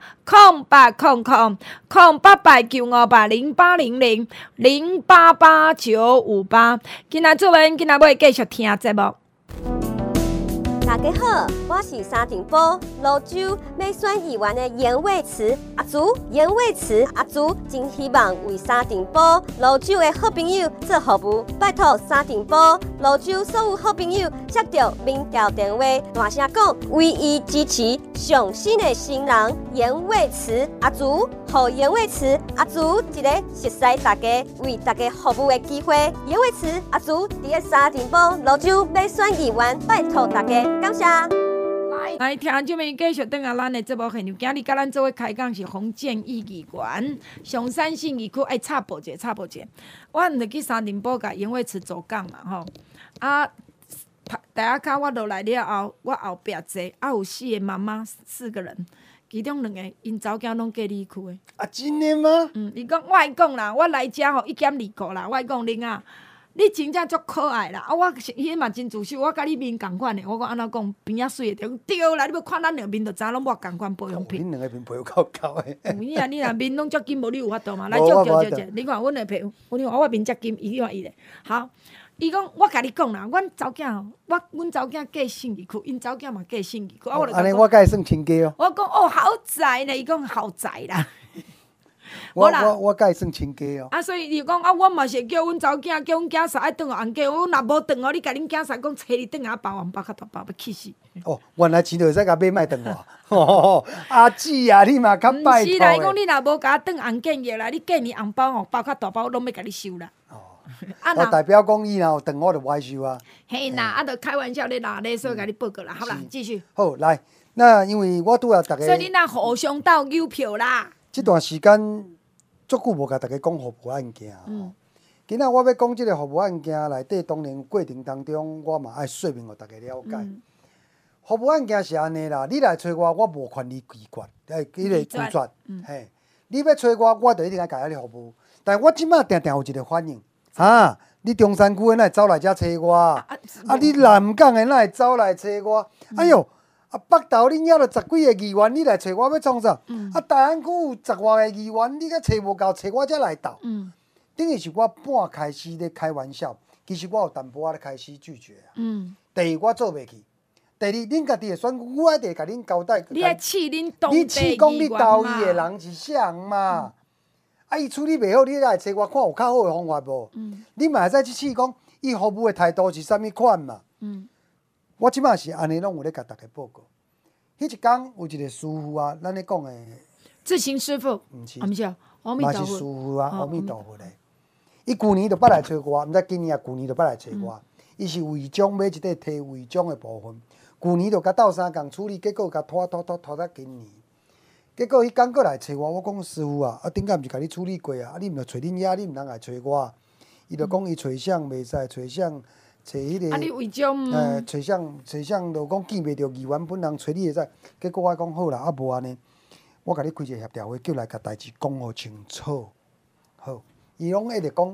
0800-05800-0800-0888958，今仔做文，今仔要继续听节目。 大家好，我是沙尘堡泸州要选议员的严伟慈阿祖，严伟慈阿祖真希望为沙尘堡泸州的好朋友做服务，拜托沙尘堡泸州所有好朋友接到民调电话，大声讲唯一支持上新的新人严伟慈阿祖，予严伟慈阿祖一个熟悉大家、为大家服务的机会。严伟慈阿祖伫个沙尘堡泸州要选议员，拜托大家。感谢。 来，听众们继续等下咱的节目现场，今日甲咱做伙开讲是洪建义议员，上山信义区爱插播者。我毋着去沙尘堡甲严伟慈做讲嘛吼，第一卡我落来了后，我后壁坐有4个妈妈，4个人，其中2个因查某囝拢嫁你区的。 啊，真的吗？ 伊讲，我会讲啦，我来遮吼1.2个啦，我会讲恁啊。你真正足可爱啦！我迄嘛真自首，我甲你面共款的。我讲安怎讲，边仔水的对啦！你要看咱两面，就知拢无共款保养品。 恁2个面皮肤够的。 你若面拢足金，无你有法度嘛？来照。你看阮的皮肤，我面足金，伊看伊咧。好，伊讲我甲你讲啦，阮查某囝吼，阮查某囝嫁信义区，因查某囝嘛嫁信义区。 安尼我甲伊算亲家哦。 我讲豪宅呢，伊讲豪宅啦。 我甲伊算亲家哦。 所以伊讲我嘛是叫阮查某囝，叫阮囝婿爱转互翁家。我若无转哦，你甲恁囝婿讲找你转下包红包较大包，要气死。 原来钱就会使甲买卖转我。阿姊啊，你嘛较拜托。 是啦，伊讲你若无甲我转红建议啦，你过年红包包较大包，拢要甲你收啦。 我代表讲伊若有转我就无爱收啊。 嘿啦，就开玩笑咧啦，所以甲你报告啦。好啦，继续。 好，来，那因为我拄啊大家。 所以恁若互相斗邮票啦。 这段时间足久无甲大家讲服务案件今仔我要讲即个服务案件内底，当然过程当中我嘛爱说明互大家了解。服务案件是安尼啦，你来找我，我无权利拒绝，迄个拒绝。嘿，你要找我，我就一定爱甲你服务。但我即摆定定有一个反应，你中山区的哪会走来遮找我？你南港的哪会走来找我？哎哟！北投恁遐就10几个议员，你来找我要创啥？大安区有10外个议员，你甲找无够，找我才来斗。等于是我半开始咧开玩笑，其实我有淡薄仔咧开始拒绝啊。第二，我做袂去；第二，恁家己的选举，我一定甲恁交代。 你爱试恁当地你试讲你投伊的人是啥人嘛？伊处理袂好，你来找我看有较好的方法无？你嘛会使去试讲，伊服务的态度是啥物款嘛？我即摆是安尼，拢有咧甲大家报告。迄一天有一个师傅啊，咱咧讲的志行师傅， 毋是， 毋是啊，阿弥陀佛， 嘛是师傅啊，阿弥陀佛咧。伊旧年就捌来找我，毋知今年啊，旧年就捌来找我。伊是违章买一块摕违章的部分，旧年就甲斗相共处理，结果甲拖到今年。结果迄天过来找我，我讲师傅啊，顶下毋是甲你处理过啊，你毋着找恁遐，你毋通来找我。伊就讲伊找相袂使，找相。找迄个， 你违章找相，就讲见袂着议员本人找你会使。结果我讲好啦，无安尼，我甲你开一个协调会，叫来甲代志讲互清楚。好，伊拢一直讲，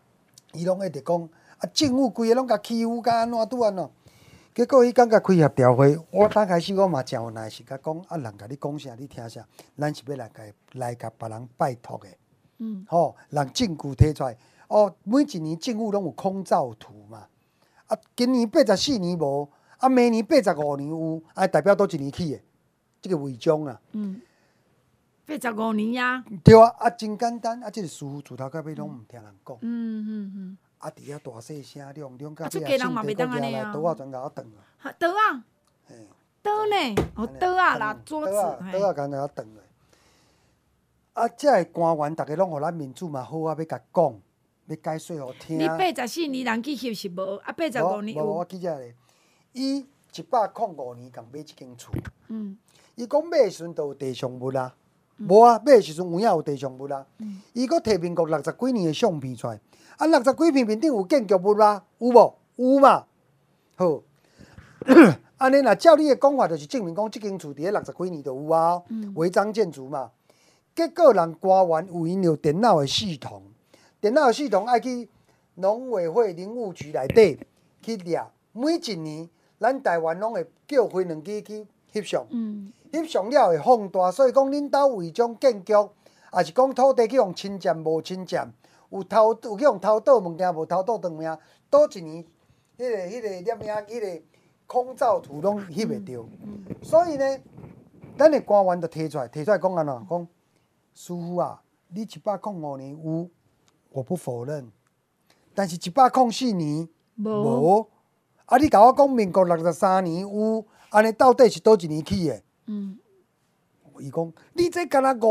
政府规个拢甲欺负，甲安怎拄安怎？结果伊讲甲开协调会，我刚开始我嘛真有耐心，甲讲人甲你讲啥，你听啥，咱是要来甲别人拜托的。吼，人证据摕出来。每一年政府拢有空照图嘛。今年84年无，明年85年有，代表倒一年起的，这个违章啊。 85年呀。 对啊，真简单，这个师傅自头到尾拢毋听人讲。伫遐大细声亮到尾啊，信地国来，刀啊全甲我断啊。 刀啊？刀呢？刀啊啦，桌子。 刀啊，甲我断了。这个官员，大家拢互咱民主嘛好啊，要甲讲。要解说互听。 你84年人去翕是无，啊85年有。 无，我记者咧，伊105年共买一间厝。伊讲买的时阵就有地上物啦，无啊，买的时阵有影有地上物啦。伊佫摕民国60几年的相片出来，60几片面顶有建筑物啦，有无？有嘛。好，安尼若照你的讲法，就是证明讲即间厝伫咧60几年就有啊，违章建筑嘛。 结果人官员有因有电脑的系统，电脑的系统爱去农委会林务局内底去抓，每一年咱台湾拢会叫飞两机去翕相，翕相了会放大，所以讲恁兜有种建筑，也是讲土地去用侵占无侵占，有去用偷盗物件无偷盗物件，倒一年迄个摄影迄个空照图拢翕会着，所以呢，咱的官员就提出来讲安怎讲。师傅啊，你105年有，我不否认，但是104年无。啊，你甲我讲民国63年有，安尼到底是倒一年起的？伊讲你这敢若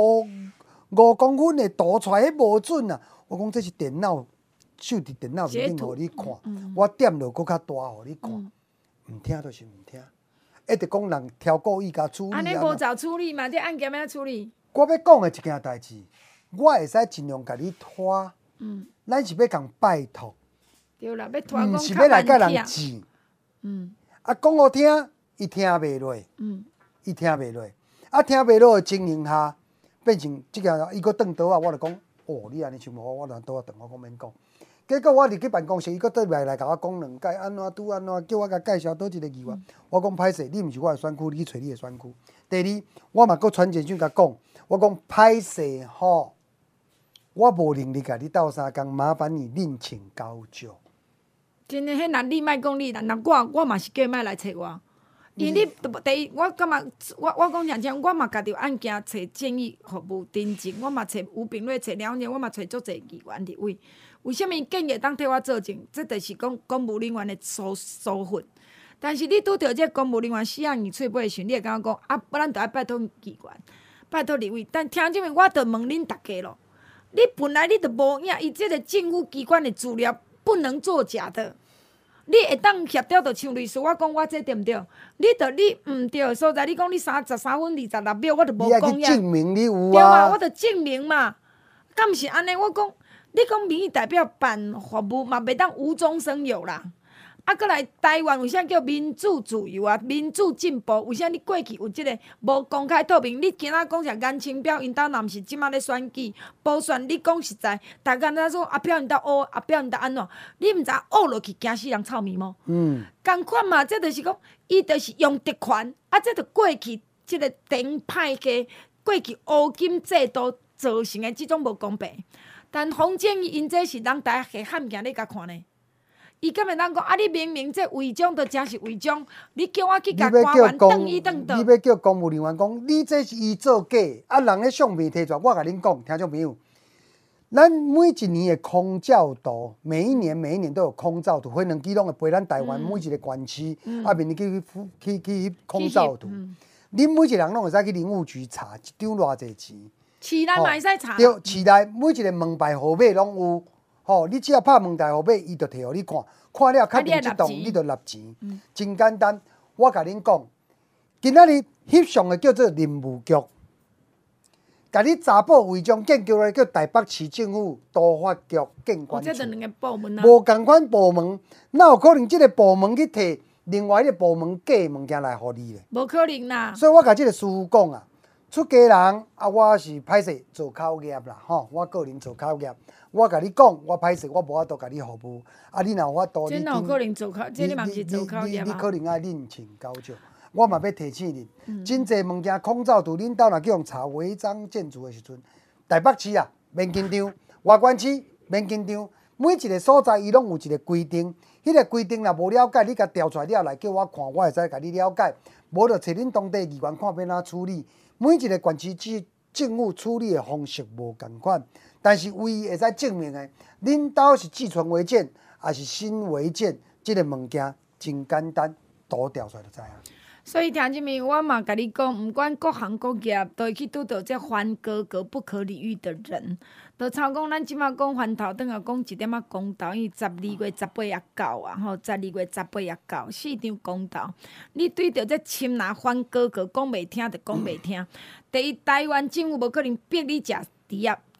5公分的图出来，迄无准啊！我讲这是电脑手伫电脑面顶互你看，我点落搁较大互你看，毋听就是毋听，一直讲人挑故意甲处理。 安尼无照处理嘛？这案件要处理？ 我要讲的一件代志，我会使尽量甲你拖。咱是要共拜托。 对啦，要拖讲毋是要来甲人治。啊，讲好听，伊听袂落。伊听袂落。啊，听袂落的情形下，变成即件伊搁转倒啊，我就讲，哦，你安尼想无，我倒转，我讲免讲。结果我入去办公室，伊搁倒来甲我讲两解，安怎拄安怎，叫我甲介绍倒一个议员。我讲歹势，你毋是我的选区，你去找你的选区。第二，我嘛搁传简讯甲讲。我讲歹势吼，我无能力甲你斗相共，麻烦你另请高就。 真诶，迄若你莫讲你啦，若我嘛是叫伊莫来找我，因为你第一，我感觉我讲真正，我嘛家己有案件找建议服务订正，我嘛找吴炳瑞找了解，我嘛找足侪议员伫位。为什物建议当替我做证？这就是讲公务人员的疏忽。但是你拄着这公务人员死人耳喙尾的时候，你会感觉讲啊，咱着爱拜托议员。拜托立委，但听证明我着问恁大家咯。你本来你着无影，伊即个政府机关的资料不能作假的。你会当协调着像律师，我讲我这对毋对？你毋对的所在，你讲你13分26秒，我着无讲呀。 你爱去证明你有啊。 对啊，我着证明嘛。敢毋是安尼？我讲你讲民意代表办服务嘛，袂当无中生有啦。啊，搁来台湾为啥叫民主自由啊？民主进步，为啥你过去有即个无公开透明？你今仔讲是颜清标，因兜若毋是即马咧选举补选，你讲实在，大家在说阿彪因兜乌，阿彪因兜安怎？你毋知乌落去惊死人臭面无？共款嘛，这就是讲，伊就是用特权，啊，这就过去即个顶派系过去乌金制度造成的即种无公平。但洪建义因这是人大家喊惊咧甲看呢。伊敢会当讲啊！你明明这违章，就真是违章。你叫我去甲官员转伊转倒。 你要叫公务人员讲，你这是伊做假，啊！人咧相片摕出来，我甲恁讲，听众朋友，咱每一年的空照图，每一年都有空照图，飞两机拢会陪咱台湾每一个县市，啊，明年去空照图。恁每一个人拢会使去林务局查，一张偌济钱。 市内嘛会使查。 对，市内每一个门牌号码拢有。吼，你只要拍门牌号码，伊就摕互你看，看了确定即栋，你就纳钱，真简单。我甲恁讲，今仔日翕相的叫做林务局，甲你查埔违章建构的叫台北市政府都发局建管处。 这两个部门啊。 无共款部门，哪有可能即个部门去摕另外一个部门假的物件来互你咧？ 无可能啦。 所以我甲即个师傅讲啊，出家人啊，我是歹势做口业啦，吼，我个人做口业。我甲你讲，我歹势，我无法度甲你服务。啊，你若有法度， 这哪有可能做口？这你嘛是做口业啊？ 你可能爱另请高就。我嘛要提醒恁，真侪物件空照图，恁兜若去用查违章建筑的时阵，台北市啊免紧张，外县市免紧张，每一个所在伊拢有一个规定。迄个规定若无了解，你甲调出来了来叫我看，我会使甲你了解。无就找恁当地议员看要哪处理。每一个县市政府处理的方式无共款。但是唯一会使证明的，恁兜是寄存违建还是新违建，这个物件真简单，图调出来就知影。 所以听这面我嘛甲你讲，毋管各行各业，都会去拄到这番格格不可理喻的人。就像讲咱即马讲翻头转来讲一点仔公道，因为12月18也到啊，吼，12月18也到，市场公道。你对着这深蓝番格格讲袂听就讲袂听。第一，台湾政府无可能逼你食猪业。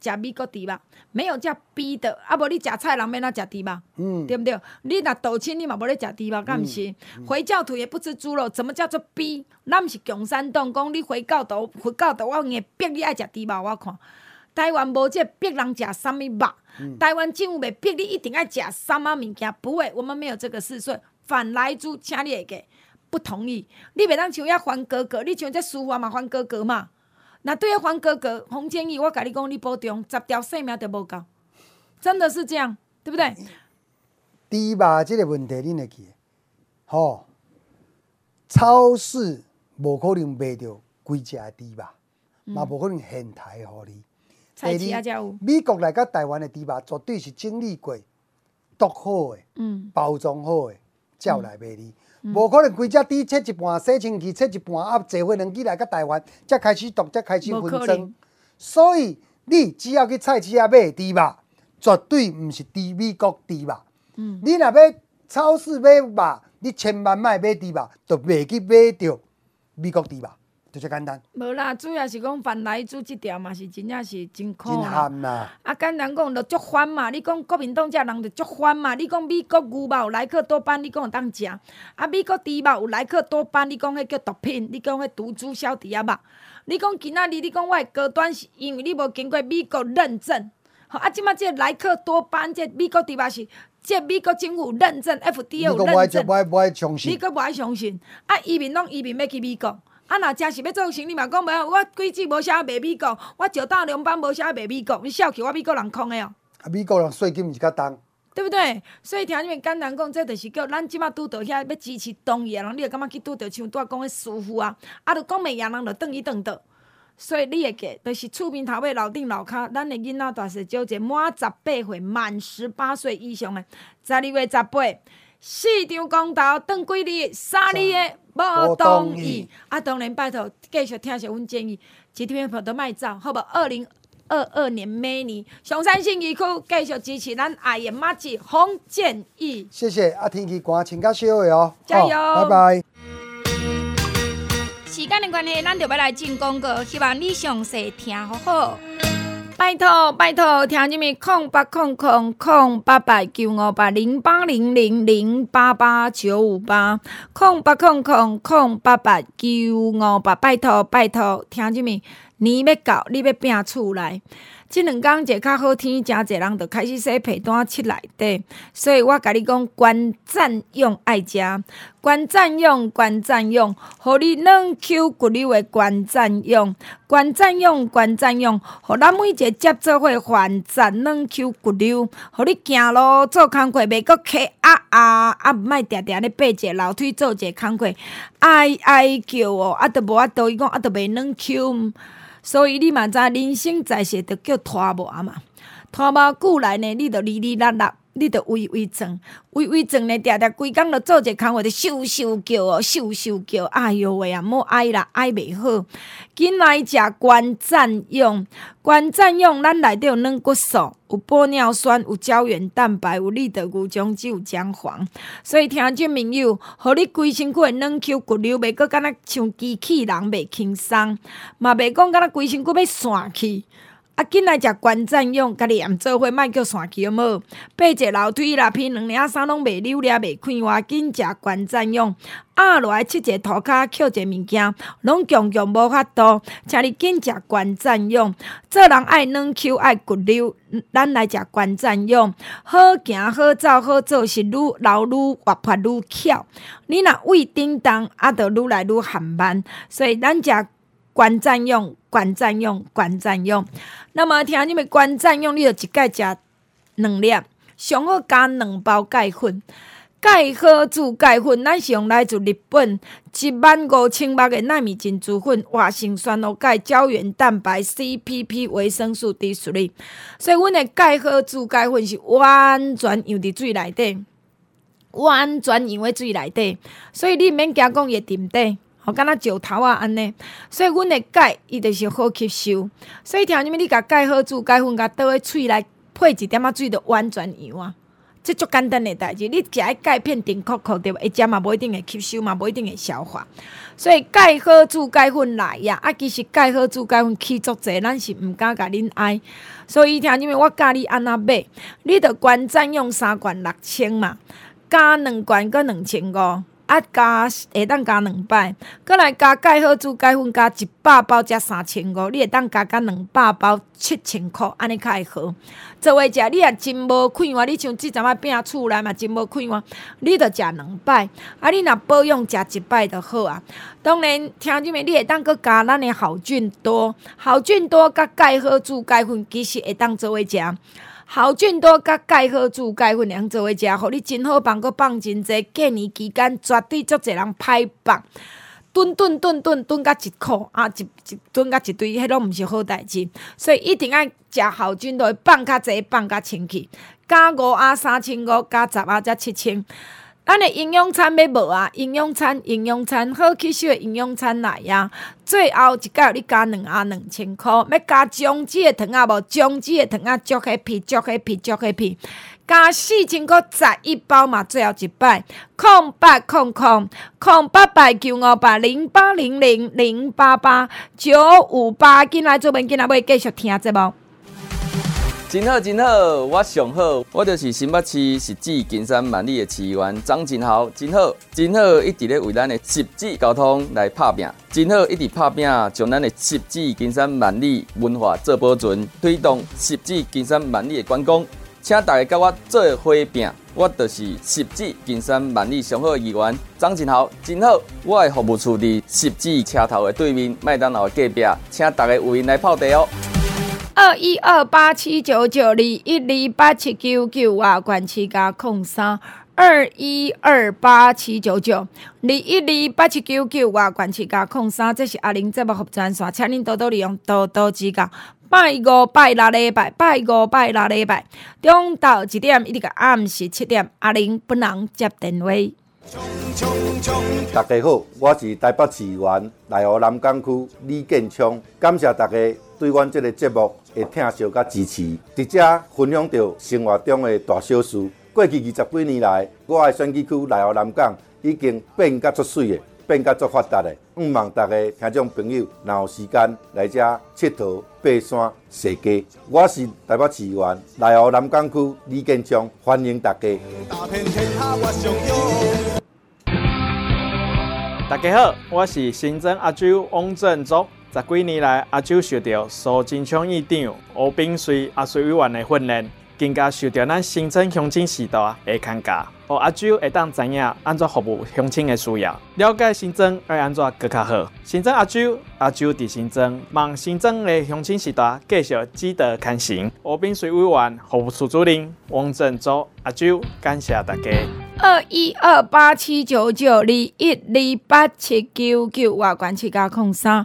食美国猪肉，没有叫逼的，啊无你食菜人免哪食猪肉，对不对？你若道亲，你嘛无咧食猪肉，敢毋是？回教徒也不吃猪肉，怎么叫做逼？咱毋是共产党讲你回教徒，我硬逼你爱食猪肉，我看。台湾无这逼人食啥物肉，台湾政府袂逼你一定要食啥物物件，不会，我们没有这个事。所以反来猪，请你会记不同意，你袂当像遐还哥哥，你像这司法嘛还哥哥嘛。那对还哥哥，洪建义，我甲你讲，你保重，10条性命都无够，真的是这样，对不对？ 猪肉这个问题，恁会记？吼，超市无可能卖着规只的猪肉，嘛无可能现台互你。 菜市啊才有。 美国来到台湾的猪肉，绝对是整理过、剁好的、包装好的，才有来卖你。无可能规只猪切一半，洗清气切一半，啊，坐飞机来到台湾，才开始剁，才开始分装。所以你只要去菜市啊买猪肉，绝对毋是美国猪肉。你若要超市买肉，你千万莫买猪肉，就袂去买着美国猪肉。就这简单。 无啦，主要是讲反来猪这条嘛，是真正是真苦真啦。 咸啦。 啊，简单讲，就足烦嘛。你讲国民党这人就足烦嘛。你讲美国牛肉有莱克多巴胺，你讲有当食。啊，美国猪肉有莱克多巴胺，你讲迄叫毒品，你讲迄毒猪小猪仔肉。你讲今仔日，你讲我的高端是因为你无经过美国认证。吼啊，即摆这莱克多巴胺，这美国猪肉是。这美国政府认证 ，FDA 有认证。 你无爱相信？ 你阁无爱相信？啊，移民拢移民要去美国。啊，若真是要做生意嘛，讲无，我规矩无写卖美国，我石大龙邦无写卖美国，你笑去我美国人空的哦。 啊，美国人税金毋是较重， 对不对？所以听你们简单讲，这就是叫咱即马拄到遐要支持同意的人，你会感觉去拄到像拄仔讲的师傅啊，啊，著讲袂赢人，著转去转倒。所以你会记，就是厝边头尾楼顶楼骹，咱的囡仔大细少者满18岁、满18岁以上的，12月18。市场公投当几日？3日的无同意。啊，当然拜托继续听下阮建议，一天票都卖走，好无？2022年每年上山信义区继续支持咱爱的妈子洪建义。 谢谢。啊，天气寒，穿较少的哦。 加油！ 拜拜。 时间的关系，咱就要来进广告，希望你详细听好好。拜托拜托，听入面0800-088-958-088-958-0800-088-958，拜托拜托，听入面年要到，你要拼厝内。即2天一较好天，真侪人就开始洗被单佚内底，所以我甲你讲，关占用爱食，关占用，互你软 Q 骨溜的关占用，互咱每一个接做伙还赞软 Q 骨溜，互你行路做工课袂阁客莫定定咧爬一个楼梯做一个工课，哀叫哦，啊，都无法度，伊讲啊，都袂软 Q。所以你嘛知人生在世着叫拖磨嘛，拖磨久来呢，你着哩哩啦啦，你着微壮呢，定定规工着做一个工课，着咻叫，哎哟喂啊，莫哀啦，哀袂好。紧来食关占用，咱内底有软骨素，有玻尿酸，有胶原蛋白，有立德牛浆脂，有姜黄。所以听众朋友，互你规身躯的软 Q 骨溜，袂阁敢若像机器人袂轻松，嘛袂讲敢若规身躯要散去。啊，紧来食关占用，家己验做伙，莫叫散去好无？爬一楼梯啦，披2领衫拢袂溜咧，袂开花，紧食关占用。落来七一个涂骹，捡一个物件，拢强无法度，请你紧食关占用。做人爱软 Q 爱骨溜，咱来食关占用。好行好走好做，是愈老愈活泼愈巧。你若胃叮当，就愈来愈含慢，所以咱食关占用。那么听你们关占用，你就一摆食2粒，上好加2包钙粉。钙好煮钙粉，咱是用来自日本15000目的纳米珍珠粉，活性酸露钙、胶原蛋白、CPP 维生素 D3， 所以阮的钙好煮钙粉是完全用伫水内底，所以你毋免惊讲伊会沉底。敢若石头安尼，所以阮的钙伊就是好吸收。所以听你甲钙好煮钙粉，甲倒喺喙内配一点仔水，就完全样啊！ 这足简单的代志，你食迄钙片顶扣扣对吧？会食嘛无一定会吸收嘛，无一定会消化。所以钙好煮钙粉来呀，其实钙好煮钙粉起足济，咱是毋敢甲恁爱。所以听姊妹，我教你安怎买，你着管占用3罐6000嘛，加2罐搁2500。加会当加2摆，搁来加钙好煮钙粉加100包才3500，你会当加200包7000块，安尼较会好。做伙食，你也真无快活，你像即阵仔饼厝内嘛真无快活，你着食2摆，你若保养食1摆就好啊。当然，听姊妹，你会当搁加咱的好菌多，好菌多甲钙好煮钙粉，其实会当做伙食。好菌多甲钙好煮钙粉两做伙食，互你真好放，搁放真济。过年期间绝对足侪人歹放，吨甲1箍一吨甲一堆，迄拢毋是好代志。所以一定爱食好菌多，放较济，放较清气。加5盒3500，加10盒才7000。咱的营养餐要无啊？营养餐好吸收的营养餐来啊！最后一盖你加2盒2000块，要加姜子的糖啊无？姜子的糖啊，足happy，加4000块11包嘛，最后一摆0800-0800-0888-0800-088-958，进来做文，进来要继续听节目。 真好，我上好，我就是新北市实质金山万里的市议员张真豪，真好，一直咧为咱的实质交通来拍拼，真好，一直拍拼，将咱的实质金山万里文化做保存，推动实质金山万里的观光，请大家跟我做伙拼，我就是实质金山万里上好的议员张真豪，真好，我的服务处伫实质车头的对面，麦当劳的隔壁，请大家有闲来泡茶哦。 21287992128799啊，关七加03。21287992128799啊，关七加03，这是阿玲节目服专线，请恁多多利用，多多指教。拜5拜6礼拜，中昼1点一直到暗时7点，阿玲本人接电话。 大家好，我是台北市议员内湖南港区李建昌，感谢大家对阮这个节目的听惜甲支持，伫遮分享到生活中的大小事。过去20几年来，我的选举区内湖南港已经变甲足水的，变甲足发达的。希望大家听众朋友若有时间来遮佚佗、爬山、踅街。我是台北市议员内湖南港区李建昌，欢迎大家。 大家好，我是新增阿周汪振竹。10几年来，阿周受到苏贞昌议长、吴秉叡阿水委员的训练，更加受到咱新增乡亲时代的看教，互阿周会当知影安怎服务乡亲的需要，了解新增要安怎更较好。新增阿周伫新增，望新增的乡亲时代继续指导牵行。吴秉叡委员、服务处主任汪振竹阿周，感谢大家。 21287992128799啊，关七加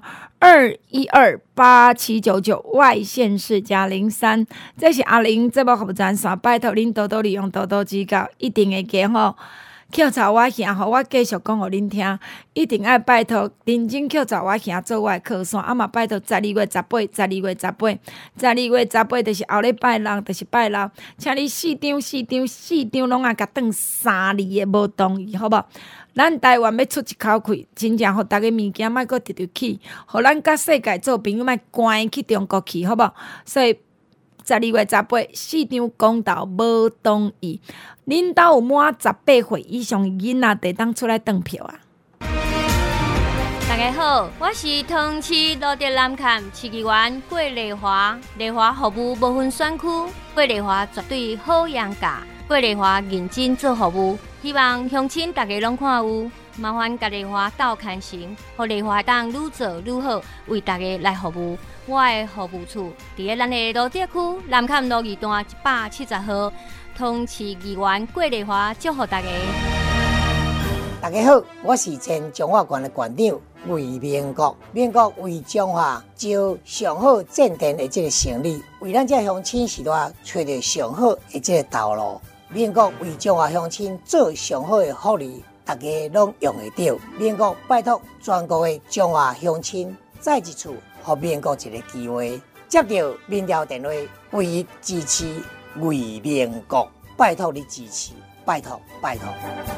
03。21287999外县市加03，这是阿玲节目服务专线，拜托恁多多利用，多多指教，一定会记吼。扣查我兄，互我继续讲互恁听，一定爱拜托认真扣查我兄做我的靠山，嘛拜托12月18就是后礼拜六，就是拜六，请你4张拢啊甲转3字的无同意，好无？咱台湾要出一口气，真正互大家物件莫搁直直去，互咱甲世界做朋友莫关去中国去，好无？所以12月18 4张公投无同意，恁兜有满18岁以上囡仔得当出来投票啊！ 大家好，我是桃市罗德南崁市议员郭丽华，丽华服务无分选区，郭丽华绝对好养价，郭丽华认真做服务。希望乡亲大家拢看有，麻烦甲丽华斗牵成，互丽华当愈做愈好，为大家来服务。我的服务处伫咧咱的罗德区南崁路2段170号，桃市议员郭丽华，祝福大家。 大家好，我是前中华县的县长魏明国。民国为中华招上好正电的这个成立，为咱这乡亲时代找到上好的这个道路。民国为中华乡亲做上好的福利，大家拢用得到。民国拜托全国的中华乡亲，再一次给民国一个机会，接到民调电话，唯一支持魏明国。 拜托你支持，拜托拜托。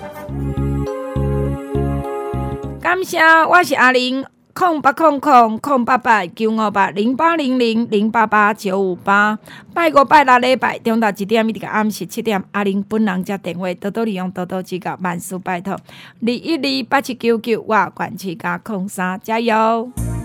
感谢，我是阿玲，0800-958-0800-0888-958。拜五拜六礼拜中昼1点一直到暗时7点，阿玲本人接电话，多多利用，多多指教，万事拜托。2128799，我管7+03，加油！